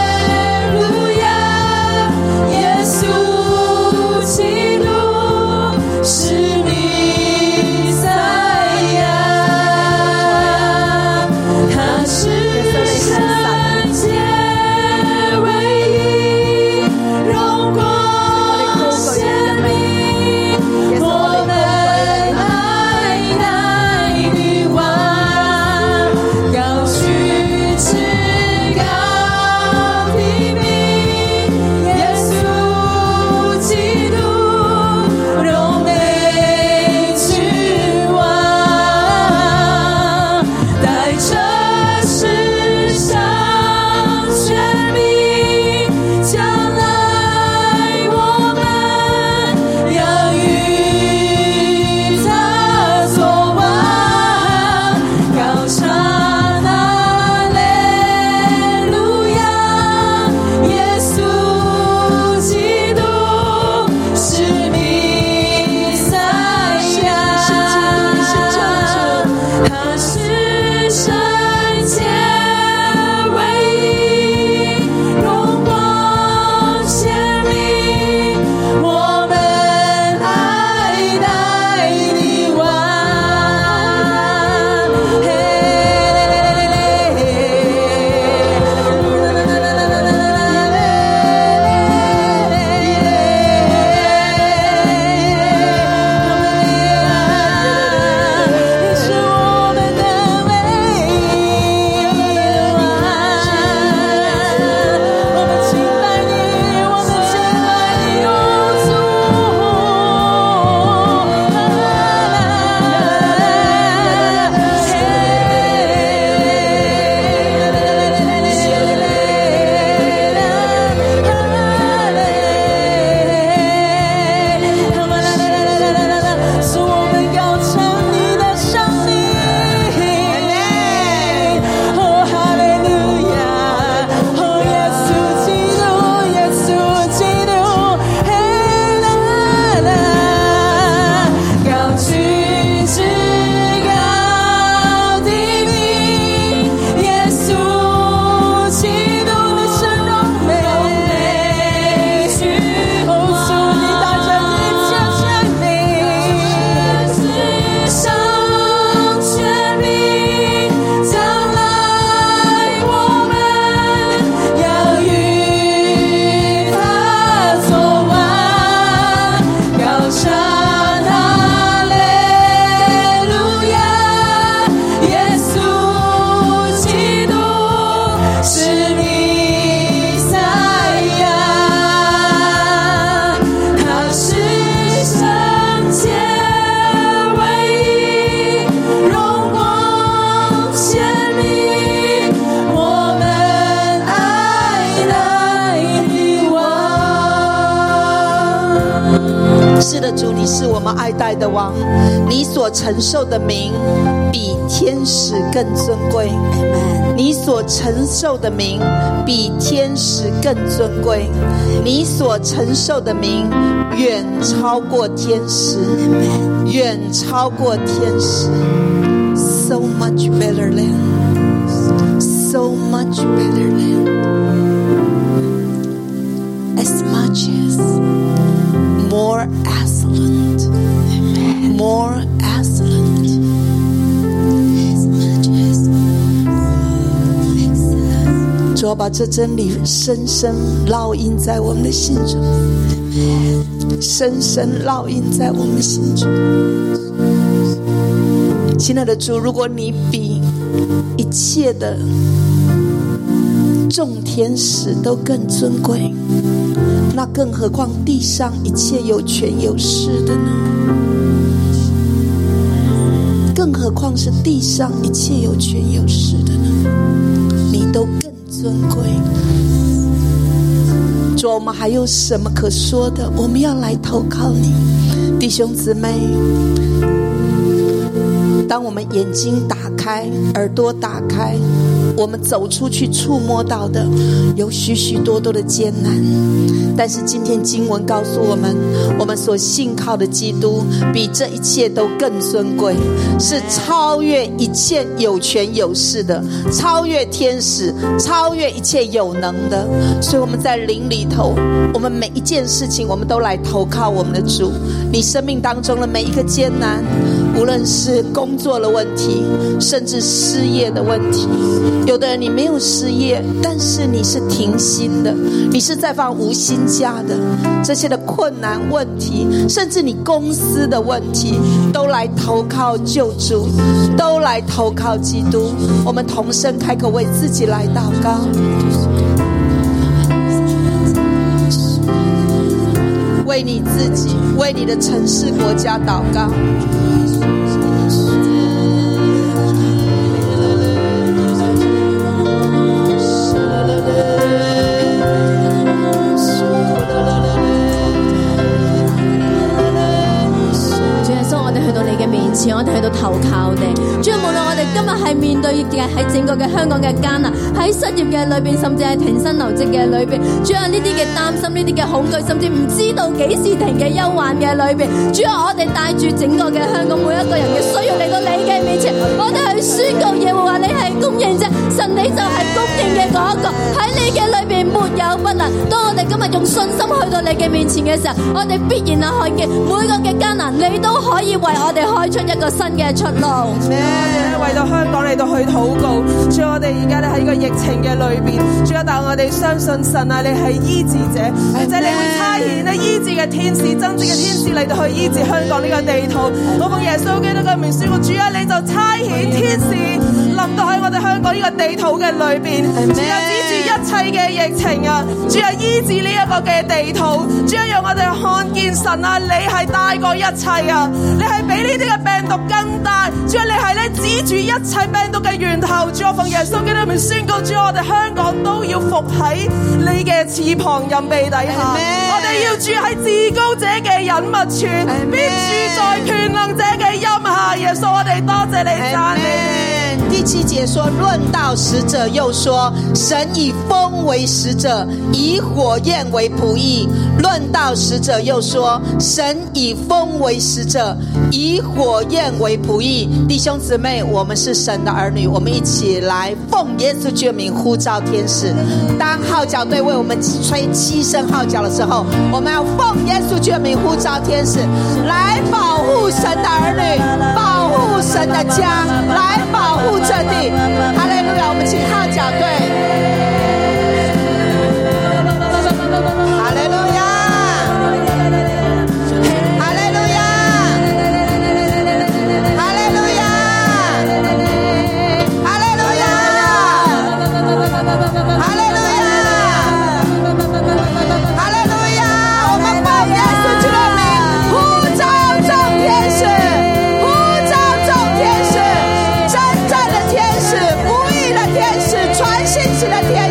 主，你是我们爱戴的王，你所承受的名比天使更尊贵，你所承受的名比天使更尊贵，你所承受的名远超过天使，远超过天使。 So much better than, so much better than, as much as, more excellent, more excellent, as much as, excellent。 主要把这真理深深烙印在我们的心中，深深烙印在我们心中。亲爱的主，如果你比一切的众天使都更尊贵，那更何况地上一切有权有势的呢？更何况是地上一切有权有势的呢？你都更尊贵。主，我们还有什么可说的？我们要来投靠你，弟兄姊妹。当我们眼睛打开，耳朵打开，我们走出去触摸到的有许许多多的艰难，但是今天经文告诉我们，我们所信靠的基督比这一切都更尊贵，是超越一切有权有势的，超越天使，超越一切有能的。所以我们在灵里头，我们每一件事情我们都来投靠我们的主。你生命当中的每一个艰难，无论是工作的问题，甚至失业的问题，有的人你没有失业，但是你是停薪的，你是在放无薪假的，这些的困难问题，甚至你公司的问题，都来投靠救主，都来投靠基督。我们同声开口为自己来祷告，为你自己，为你的城市国家祷告。 我哋去到投靠你，主要無論我哋今日係面對嘅喺整個嘅香港嘅艱難，喺失業嘅裏邊，甚至係停薪留職嘅裏邊，主要呢啲嘅擔心，呢啲嘅恐懼，甚至唔知道幾時停嘅憂患嘅裏邊，主要我哋帶住整個嘅香港每一個人嘅需要嚟到你嘅面前，我哋去宣告耶和華你係供應者，神你就係供應嘅嗰一個，喺你嘅裏邊沒有不能。當我哋今日用信心去到你嘅面前嘅時候，我哋必然係看見每個嘅艱難，你都可以為我哋開出一個新嘅出路。 我哋咧為到香港嚟到去禱告，主我哋而家咧喺呢個疫情嘅裏邊，主啊，但我哋相信神啊，你係醫治者，而且你會差遣咧醫治嘅天使，真正嘅天使嚟到去醫治香港呢個地圖。我奉耶穌基督嘅名宣告，主啊，你就差遣天使臨到喺我哋香港呢個地圖嘅裏邊，主啊，指住一切嘅疫情啊，主啊，醫治呢一個嘅地圖，主啊，讓我哋看見神啊，你係大過一切啊，你係比呢啲嘅病毒更大，主啊，你係咧指住一切病毒嘅源頭，主我奉耶穌基督名宣告，主我哋香港都要伏喺你嘅翅膀蔭庇底下，我哋要住喺至高者嘅隱密處，必住在權能者嘅蔭下。耶穌，我哋多謝你讚美。 第7節說，論到使者又說，神以風為使者，以火焰為僕役。論到使者又說，神以風為使者，以火焰為僕役。弟兄姊妹，我們是神的兒女，我們一起來奉耶穌之名呼召天使。當號角隊為我們吹7聲號角的時候，我們要奉耶穌之名呼召天使，來保護神的兒女，保護神的家，來保護這地。哈利路亞！我們請號角隊。哈利路亞！哈利路亞！哈利路亞！哈利路亞！哈利路亞！哈利路亞！我們奉耶穌基督的名呼召眾天使，呼召眾天使，真正的天使，不義的天使，傳信息的天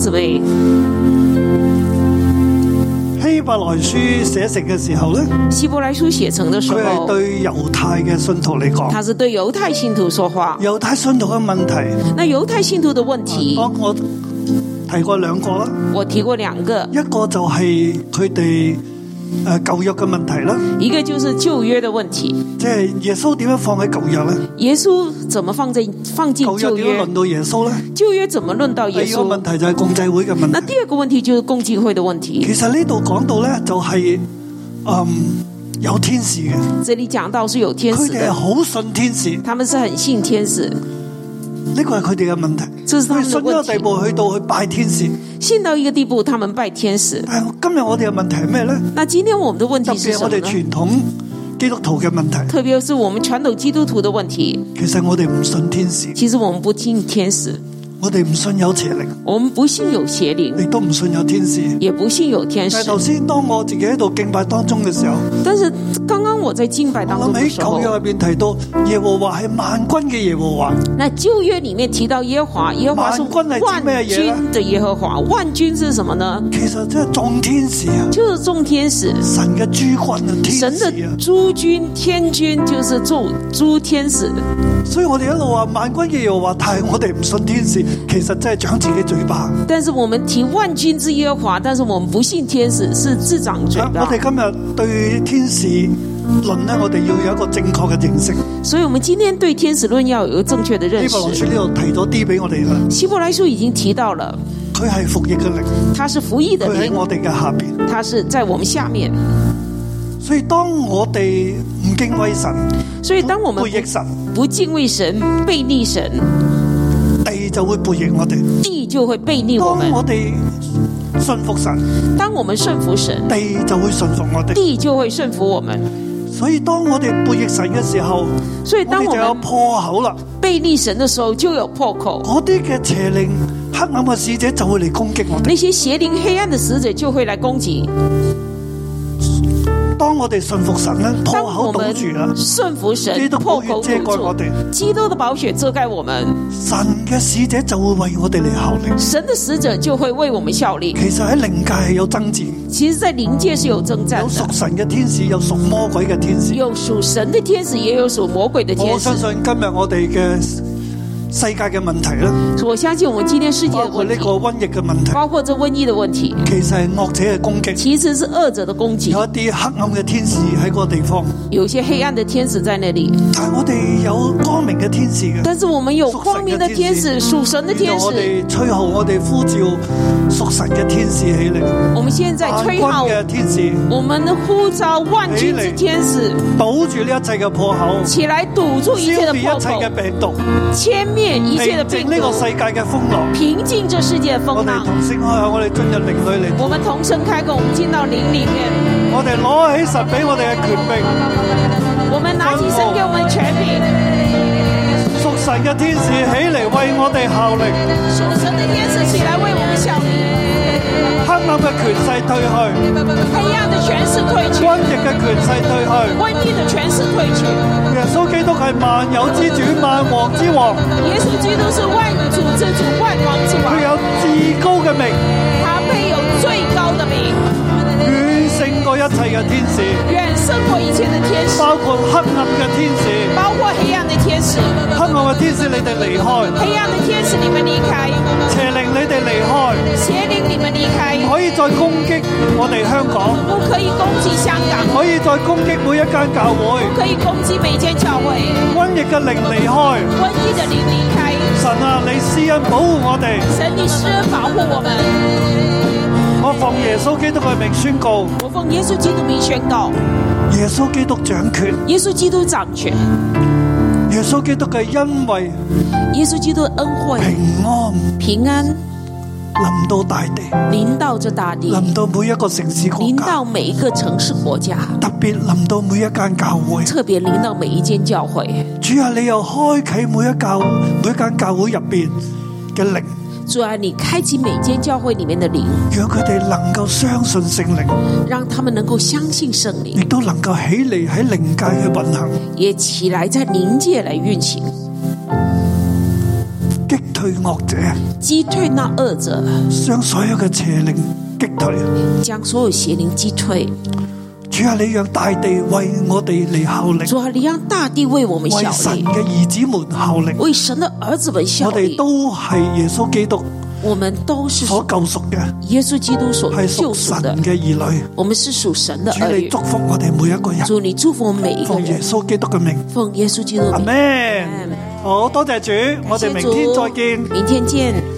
姊妹。 希伯來書寫成嘅時候咧， 希伯來書寫成嘅時候， 佢係對猶太嘅信徒嚟講， 他是對猶太信徒說話。 猶太信徒嘅問題， 那猶太信徒嘅問題， 當我提過兩個啦， 我提過兩個， 一個就係佢哋舊約嘅問題啦， 一個就是舊約嘅問題， 即係耶穌點樣放喺舊約咧？ 耶穌怎麼放進舊約？ 點樣論到耶穌咧？ 舊約怎麼論到耶穌？ 第二個問題就係共濟會嘅問題。 那第二個問題就是共濟會嘅問題。 其實呢度講到咧，就係有天使嘅。 這裏講到是有天使的， 佢哋係好信天使， 他們是很信天使。 呢個係佢哋嘅問題。 這是他們的問題。 信到地步去到去拜天使， 信到一個地步，他們拜天使。 但今日我哋嘅問題係咩咧？ 那今天我們的問題是什麼呢？ 特別我哋傳統基督徒嘅問題， 特別是我們傳統基督徒的問題。 其實我哋唔信天使， 其實我們不信天使， 我哋唔信有邪靈， 我們不信有邪靈， 亦都唔信有天使， 也不信有天使。 但係頭先當我自己喺度敬拜當中嘅時候， 但是剛剛我在敬拜當中嘅時候， 喺舊約入邊提到耶和華係萬軍嘅耶和華。 那舊約裡面提到耶和華，耶和華是萬軍的耶和華。萬軍是什麼呢？ 其實即係眾天使啊， 就是眾天使， 神嘅諸軍啊，天使啊， 神的諸軍天軍就是諸天使。 所以我哋一路話萬軍嘅耶和華，但係我哋唔信天使，其實真係長自己嘴巴。 但是我們提萬軍之耶和華，但是我們不信天使，是自長嘴巴。 我哋今日對天使論呢，我哋要有一個正確嘅認識。 所以我們今天對天使論要有一個正確的認識。 希伯來書呢度提咗啲俾我哋啦。 希伯來書已經提到了， 佢係服役嘅靈， 他是服役的靈， 佢喺我哋嘅下邊， 他是在我們下面。 所以當我哋唔敬畏神， 所以當我們背逆神， 不敬畏神，背逆神， 地就會背逆我哋， 地就會背逆我們。 當我哋信服神， 當我們順服神， 地就會順服我哋， 地就會順服我們。 所以當我哋背逆神嘅時候， 所以當我們就有破口啦。 背逆神的時候就有破口， 嗰啲嘅邪靈、黑暗嘅使者就會嚟攻擊我哋。 那些邪靈、黑暗的使者就會來攻擊。 當我哋信服神咧，破口堵住啦， 信服神， 基督寶血遮蓋我哋， 基督的寶血遮蓋我們， 神嘅使者就會為我哋嚟效力， 神的使者就會為我們效力。 其實喺靈界係有爭戰， 其實在靈界是有爭戰， 有屬神嘅天使，有屬魔鬼嘅天使， 有屬神的天使，也有屬魔鬼的天使。 我相信今日我哋嘅世界嘅問題咧， 我相信我們今天世界的問題，包括呢個瘟疫嘅問題， 包括這瘟疫的問題， 其實係惡者嘅攻擊， 其實是惡者的攻擊。 有一啲黑暗嘅天使喺嗰個地方， 有些黑暗的天使在那裡， 但係我哋有光明嘅天使嘅。 但是我們有光明的天使，屬神的天使。 我哋吹號，我哋呼召屬神嘅天使起嚟。 我們現在吹號嘅天使， 我們呼召萬軍之天使， 堵住呢一切嘅破口， 起來堵住一切的破口， 消滅一切嘅病毒， 殲滅一切的病毒。 呢個世界嘅風浪， 平靜這世界的風浪。 我哋同聲開口，我哋進入靈裏嚟。 我們同聲開口，我們進到靈裏面。 我哋攞起神俾我哋嘅權柄。 我們拿起神給我們權柄。 屬神嘅天使起嚟為我哋效力。 屬神的天使起來為我們效力。 黑暗嘅權勢退去。 黑暗的權勢退去。 瘟疫嘅權勢退去。 瘟疫的權勢退去。 耶穌基督係萬有之主、萬王之王。 耶穌基督是萬主之主、萬王之王。 佢有至高嘅名， 他配有最高的名， 遠勝過一切嘅天使， 遠勝過一切的天使， 包括黑暗嘅天使， 包括黑暗的天使。 黑暗嘅天使，你哋離開； 黑暗的天使，你們離開； 邪靈，你哋離開； 邪靈，你們離開。 唔可以再攻擊我哋香港， 不可以攻擊香港， 唔可以再攻擊每一間教會， 不可以攻擊每間教會。 瘟疫嘅靈離開， 瘟疫的靈離開。 神啊，你施恩保護我哋， 神你施恩保護我們。 我奉耶穌基督嘅名宣告， 我奉耶穌基督名宣告， 耶穌基督掌權， 耶穌基督掌權， 耶穌基督嘅恩惠， 耶穌基督的恩惠，平安臨到大地， 臨到這大地， 臨到每一個城市國家， 臨到每一個城市國家， 特別臨到每一間教會， 特別臨到每一間教會。 主啊，你又開啟每一間教會入邊嘅靈。 主啊，你開啟每間教會裡面的靈， 讓佢哋能夠相信聖靈， 讓他們能夠相信聖靈， 亦都能夠起嚟喺靈界去運行， 也起來在靈界來運行。 擊退惡者， 擊退那惡者， 將所有嘅邪靈擊退， 將所有邪靈擊退。 主啊，你讓大地為我哋嚟效力。 主啊，你讓大地為我們效力。 為神嘅兒子們效力。 為神的兒子們效力。 我哋都係耶穌基督。 我們都是所救贖嘅， 耶穌基督所救贖的嘅兒女。 我們是屬神的兒女。 主你祝福我哋每一個人。 主你祝福我們每一個人。 奉耶穌基督嘅名。 奉耶穌基督嘅名。 阿們。好多謝主，我哋明天再見。 明天見。